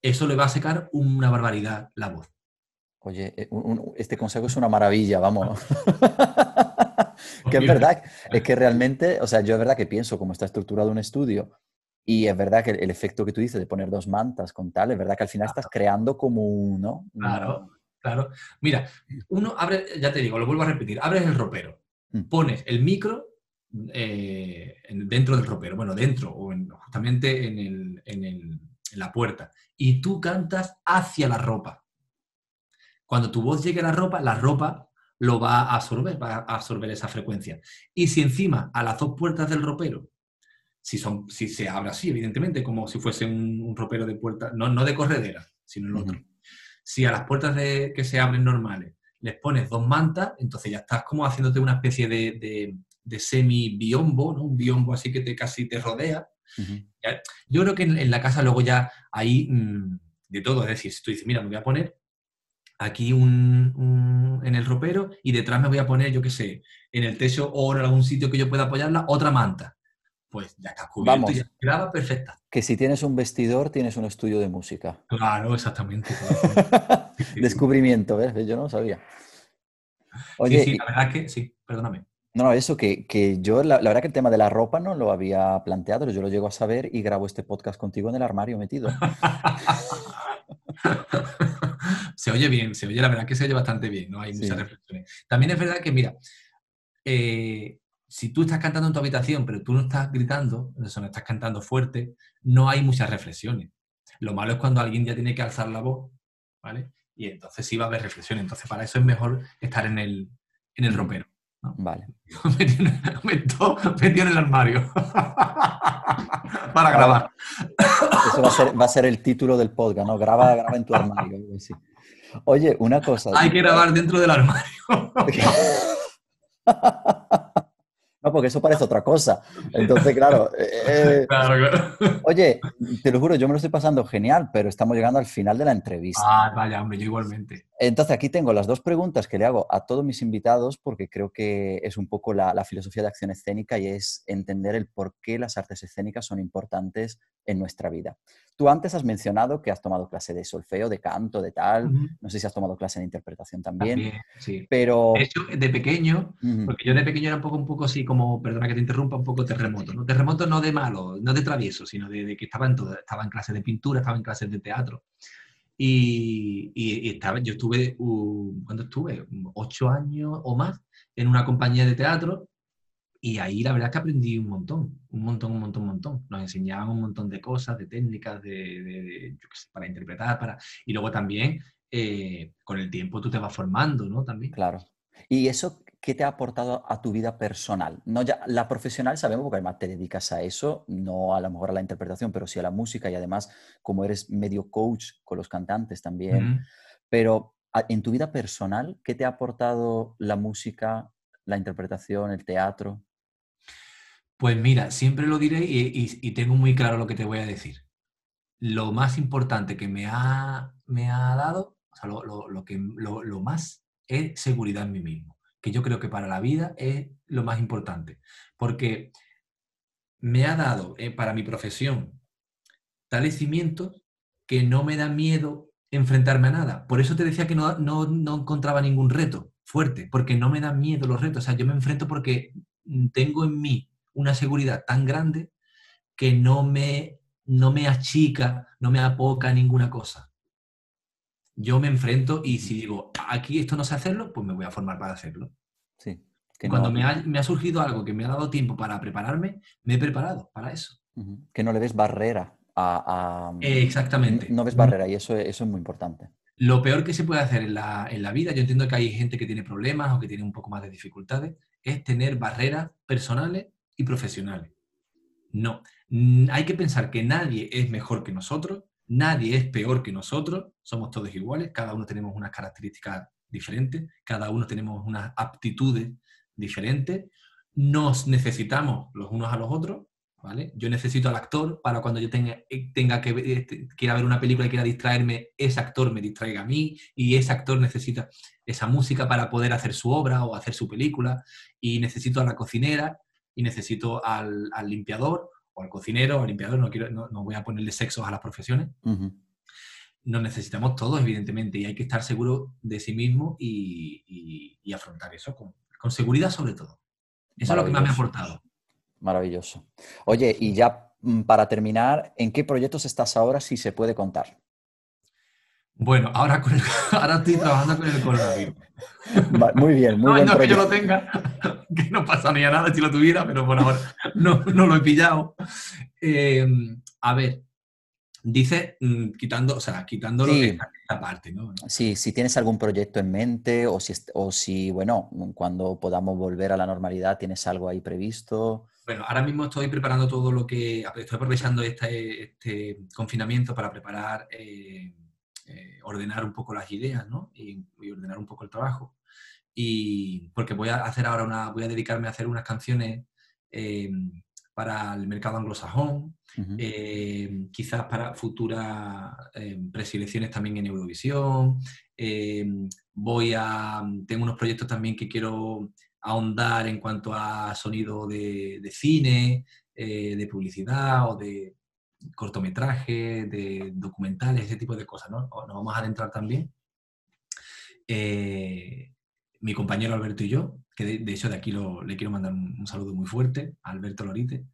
eso le va a secar una barbaridad la voz. Oye, este consejo es una maravilla, vamos. Pues Que es mira, verdad, es que realmente, o sea, yo es verdad que pienso cómo está estructurado un estudio y es verdad que el efecto que tú dices de poner dos mantas con tal, es verdad que al final estás creando como ¿no? claro, claro. Mira, uno abre, ya te digo, lo vuelvo a repetir, abres el ropero, Mm, pones el micro dentro del ropero, bueno, dentro o justamente en la puerta, y tú cantas hacia la ropa. Cuando tu voz llegue a la ropa lo va a absorber esa frecuencia. Y si encima a las dos puertas del ropero, si se abre así, evidentemente, como si fuese un ropero de puerta, no de corredera, sino el ujú. otro. Si a las puertas que se abren normales les pones dos mantas, entonces ya estás como haciéndote una especie de semi-biombo, ¿no? Un biombo así que casi te rodea. Ujú. Yo creo que en la casa luego ya hay de todo. Es decir, si tú dices, mira, me voy a poner aquí en el ropero y detrás me voy a poner, yo qué sé, en el techo o en algún sitio que yo pueda apoyarla, otra manta. Pues ya estás cubierto y ya Vamos, graba perfecta. que si tienes un vestidor, tienes un estudio de música. Claro, exactamente, totalmente. Sí, sí, sí. Descubrimiento, ¿ves? Yo no lo sabía. Sí, Oye, sí, la verdad es que sí, perdóname. no, eso que yo, la verdad que el tema de la ropa no lo había planteado, pero yo lo llego a saber y grabo este podcast contigo en el armario metido. Se oye bien, se oye, la verdad que se oye bastante bien, ¿no? Hay muchas Sí. reflexiones. También es verdad que, mira, si tú estás cantando en tu habitación, pero tú no estás gritando, eso no estás cantando fuerte, no hay muchas reflexiones. Lo malo es cuando alguien ya tiene que alzar la voz, ¿vale? Y entonces sí va a haber reflexiones. Entonces, para eso es mejor estar en el Ujú. ropero, ¿no? Vale. Metido en el armario para Graba, grabar. eso va a ser el título del podcast, ¿no? Graba en tu armario, algo así. Oye, una cosa. Hay que grabar dentro del armario. No, porque eso parece otra cosa. Entonces, claro. Claro, claro. Oye, te lo juro, yo me lo estoy pasando genial, pero estamos llegando al final de la entrevista. Ah, vaya, hombre, yo igualmente. Entonces, aquí tengo las dos preguntas que le hago a todos mis invitados porque creo que es un poco la filosofía de acción escénica y es entender el por qué las artes escénicas son importantes en nuestra vida. Tú antes has mencionado que has tomado clase de solfeo, de canto, de tal, Ujú. no sé si has tomado clase de interpretación también, También, sí. De pero... hecho, de pequeño, Ujú, porque yo de pequeño era un poco así como, perdona que te interrumpa, un poco terremoto, ¿no? Terremoto no de malo, no de travieso, sino de que estaba en todo. Estaba en clases de pintura, estaba en clases de teatro. Y yo estuve, ¿cuándo estuve? 8 años o más en una compañía de teatro y ahí la verdad es que aprendí un montón, un montón, un montón, un montón. Nos enseñaban un montón de cosas, de técnicas, yo qué sé, para interpretar, y luego también con el tiempo tú te vas formando, ¿no? También. claro. ¿Y eso qué te ha aportado a tu vida personal? No ya, la profesional sabemos porque además te dedicas a eso, no a lo mejor a la interpretación, pero sí a la música y además como eres medio coach con los cantantes también. Ujú. Pero en tu vida personal, ¿qué te ha aportado la música, la interpretación, el teatro? Pues mira, siempre lo diré y tengo muy claro lo que te voy a decir. Lo más importante que me ha dado, o sea, lo más es seguridad en mí mismo, que yo creo que para la vida es lo más importante, porque me ha dado para mi profesión tales cimientos que no me da miedo enfrentarme a nada. Por eso te decía que no encontraba ningún reto fuerte, porque no me dan miedo los retos. O sea, yo me enfrento porque tengo en mí una seguridad tan grande que no me achica, no me apoca ninguna cosa. Yo me enfrento y Ujú. si digo, aquí esto no sé hacerlo, pues me voy a formar para hacerlo. Sí, Y que cuando no, me ha surgido algo que me ha dado tiempo para prepararme, me he preparado para eso. ujú, que no le des barrera no, Exactamente. no ves barrera y eso es muy importante. Lo peor que se puede hacer en la vida, yo entiendo que hay gente que tiene problemas o que tiene un poco más de dificultades, es tener barreras personales y profesionales. No, hay que pensar que nadie es mejor que nosotros, nadie es peor que nosotros, somos todos iguales, cada uno tenemos unas características diferentes, cada uno tenemos unas aptitudes diferentes, nos necesitamos los unos a los otros, ¿vale? Yo necesito al actor para cuando yo quiera ver una película y quiera distraerme, ese actor me distraiga a mí y ese actor necesita esa música para poder hacer su obra o hacer su película y necesito a la cocinera y necesito al limpiador o al cocinero o al limpiador, no voy a ponerle sexos a las profesiones. Ujú. nos necesitamos todos, evidentemente, y hay que estar seguro de sí mismo y afrontar eso con seguridad sobre todo. Eso es lo que más me ha Maravilloso, aportado. maravilloso. Oye, y ya para terminar, ¿en qué proyectos estás ahora, si se puede contar? Bueno, ahora estoy trabajando con el coronavirus. Muy bien, muy buen No es que yo lo proyecto. tenga, que no pasaría nada si lo tuviera, pero por ahora no lo he pillado. A ver, dice quitando Sí, esta parte, ¿no? sí, si tienes algún proyecto en mente o si, bueno, cuando podamos volver a la normalidad, ¿tienes algo ahí previsto? Bueno, ahora mismo estoy preparando todo estoy aprovechando este confinamiento para preparar, ordenar un poco las ideas, ¿no? Y ordenar un poco el trabajo. Y porque voy a hacer ahora voy a dedicarme a hacer unas canciones eh, para el mercado anglosajón, Ujú. quizás para futuras preselecciones también en Eurovisión. Tengo unos proyectos también que quiero ahondar en cuanto a sonido de cine, de publicidad o de cortometrajes, de documentales, ese tipo de cosas, ¿no? Nos vamos a adentrar también. Mi compañero Alberto y yo, que de hecho de aquí le quiero mandar un saludo muy fuerte a Alberto Lorite,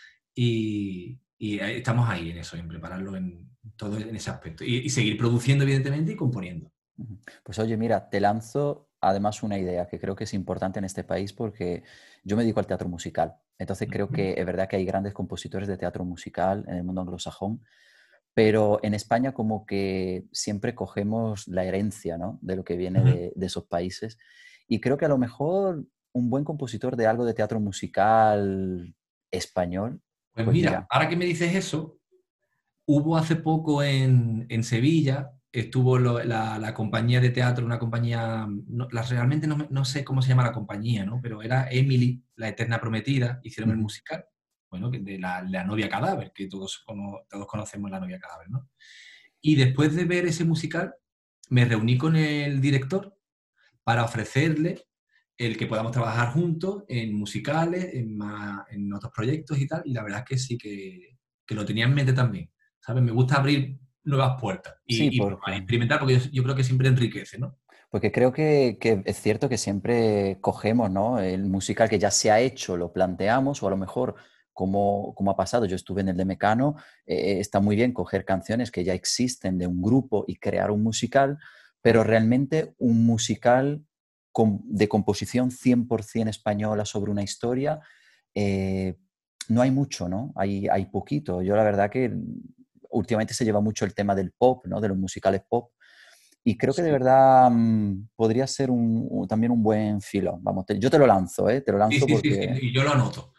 y estamos ahí en eso, en prepararlo en todo en ese aspecto. Y seguir produciendo, evidentemente, y componiendo. Ujú. Pues oye, mira, te lanzo además una idea que creo que es importante en este país porque yo me dedico al teatro musical. Entonces creo que es verdad que hay grandes compositores de teatro musical en el mundo anglosajón, pero en España como que siempre cogemos la herencia, ¿no?, de lo que viene Ujú. de esos países. Y creo que a lo mejor un buen compositor de algo de teatro musical español, Pues pues mira, mira. ahora que me dices eso, hubo hace poco en Sevilla, estuvo la compañía de teatro, una compañía, realmente no sé cómo se llama la compañía, ¿no? Pero era Emily, la eterna prometida, hicieron el Ujú, musical, bueno, de la novia cadáver, que todos conocemos la novia cadáver, ¿no? Y después de ver ese musical, me reuní con el director para ofrecerle el que podamos trabajar juntos en musicales, en otros proyectos y tal, y la verdad es que sí que lo tenía en mente también, ¿sabes? Me gusta abrir nuevas puertas sí, y probar, experimentar, porque yo creo que siempre enriquece, ¿no? porque creo que es cierto que siempre cogemos, ¿no?, el musical que ya se ha hecho, lo planteamos, o a lo mejor, como ha pasado, yo estuve en el de Mecano, está muy bien coger canciones que ya existen de un grupo y crear un musical, pero realmente un musical de composición 100% española sobre una historia, eh, no hay mucho, ¿no? Hay poquito. Yo la verdad que últimamente se lleva mucho el tema del pop, ¿no?, de los musicales pop, y creo que de Sí, verdad podría ser también un buen filo. Vamos, yo te lo lanzo, ¿eh? Te lo sí, lanzo sí, sí, sí, porque, y yo lo anoto.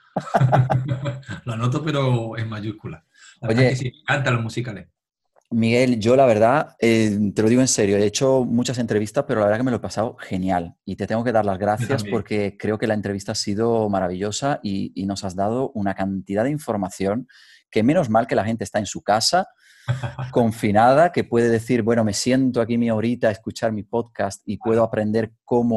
Lo anoto, pero en mayúscula. La verdad es que oye, sí, me encantan los musicales. Miguel, yo la verdad, te lo digo en serio, he hecho muchas entrevistas, pero la verdad que me lo he pasado genial. Y te tengo que dar las Yo gracias también. porque creo que la entrevista ha sido maravillosa y nos has dado una cantidad de información que menos mal que la gente está en su casa confinada, que puede decir, bueno, me siento aquí mi horita a escuchar mi podcast y puedo Claro. aprender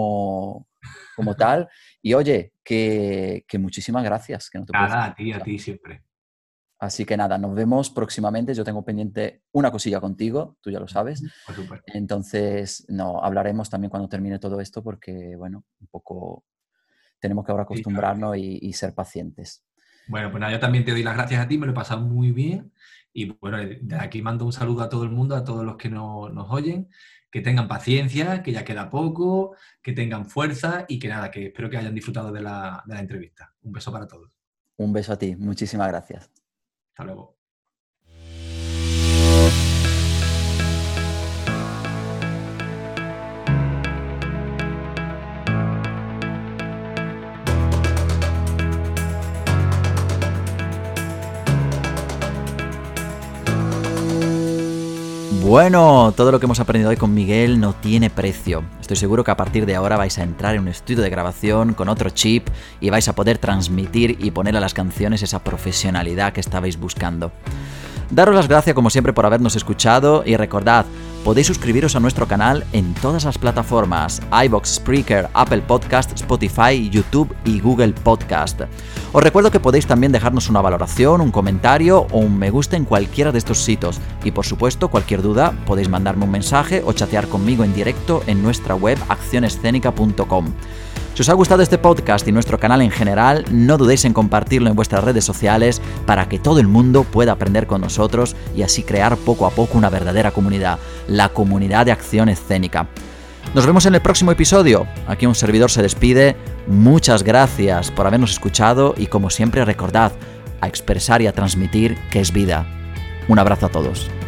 como tal. Y oye, que muchísimas gracias, que no te puedo decir Nada, otra a cosa. ti siempre. Así que nada, nos vemos próximamente. Yo tengo pendiente una cosilla contigo, tú ya lo sabes. Por supuesto. Entonces, no, hablaremos también cuando termine todo esto porque, bueno, un poco tenemos que ahora Sí, claro que sí. acostumbrarnos y ser pacientes. Bueno, pues nada, yo también te doy las gracias a ti, me lo he pasado muy bien. Y bueno, de aquí mando un saludo a todo el mundo, a todos los que nos oyen, que tengan paciencia, que ya queda poco, que tengan fuerza y que nada, que espero que hayan disfrutado de la entrevista. Un beso para todos. Un beso a ti, muchísimas gracias. Hasta luego. Bueno, todo lo que hemos aprendido hoy con Miguel no tiene precio. Estoy seguro que a partir de ahora vais a entrar en un estudio de grabación con otro chip y vais a poder transmitir y poner a las canciones esa profesionalidad que estabais buscando. Daros las gracias como siempre por habernos escuchado y recordad, podéis suscribiros a nuestro canal en todas las plataformas: iVoox, Spreaker, Apple Podcast, Spotify, YouTube y Google Podcast. Os recuerdo que podéis también dejarnos una valoración, un comentario o un me gusta en cualquiera de estos sitios. Y por supuesto, cualquier duda podéis mandarme un mensaje o chatear conmigo en directo en nuestra web accionescénica.com. Si os ha gustado este podcast y nuestro canal en general, no dudéis en compartirlo en vuestras redes sociales para que todo el mundo pueda aprender con nosotros y así crear poco a poco una verdadera comunidad, la comunidad de Acción Escénica. Nos vemos en el próximo episodio. Aquí un servidor se despide. Muchas gracias por habernos escuchado y como siempre recordad, a expresar y a transmitir que es vida. Un abrazo a todos.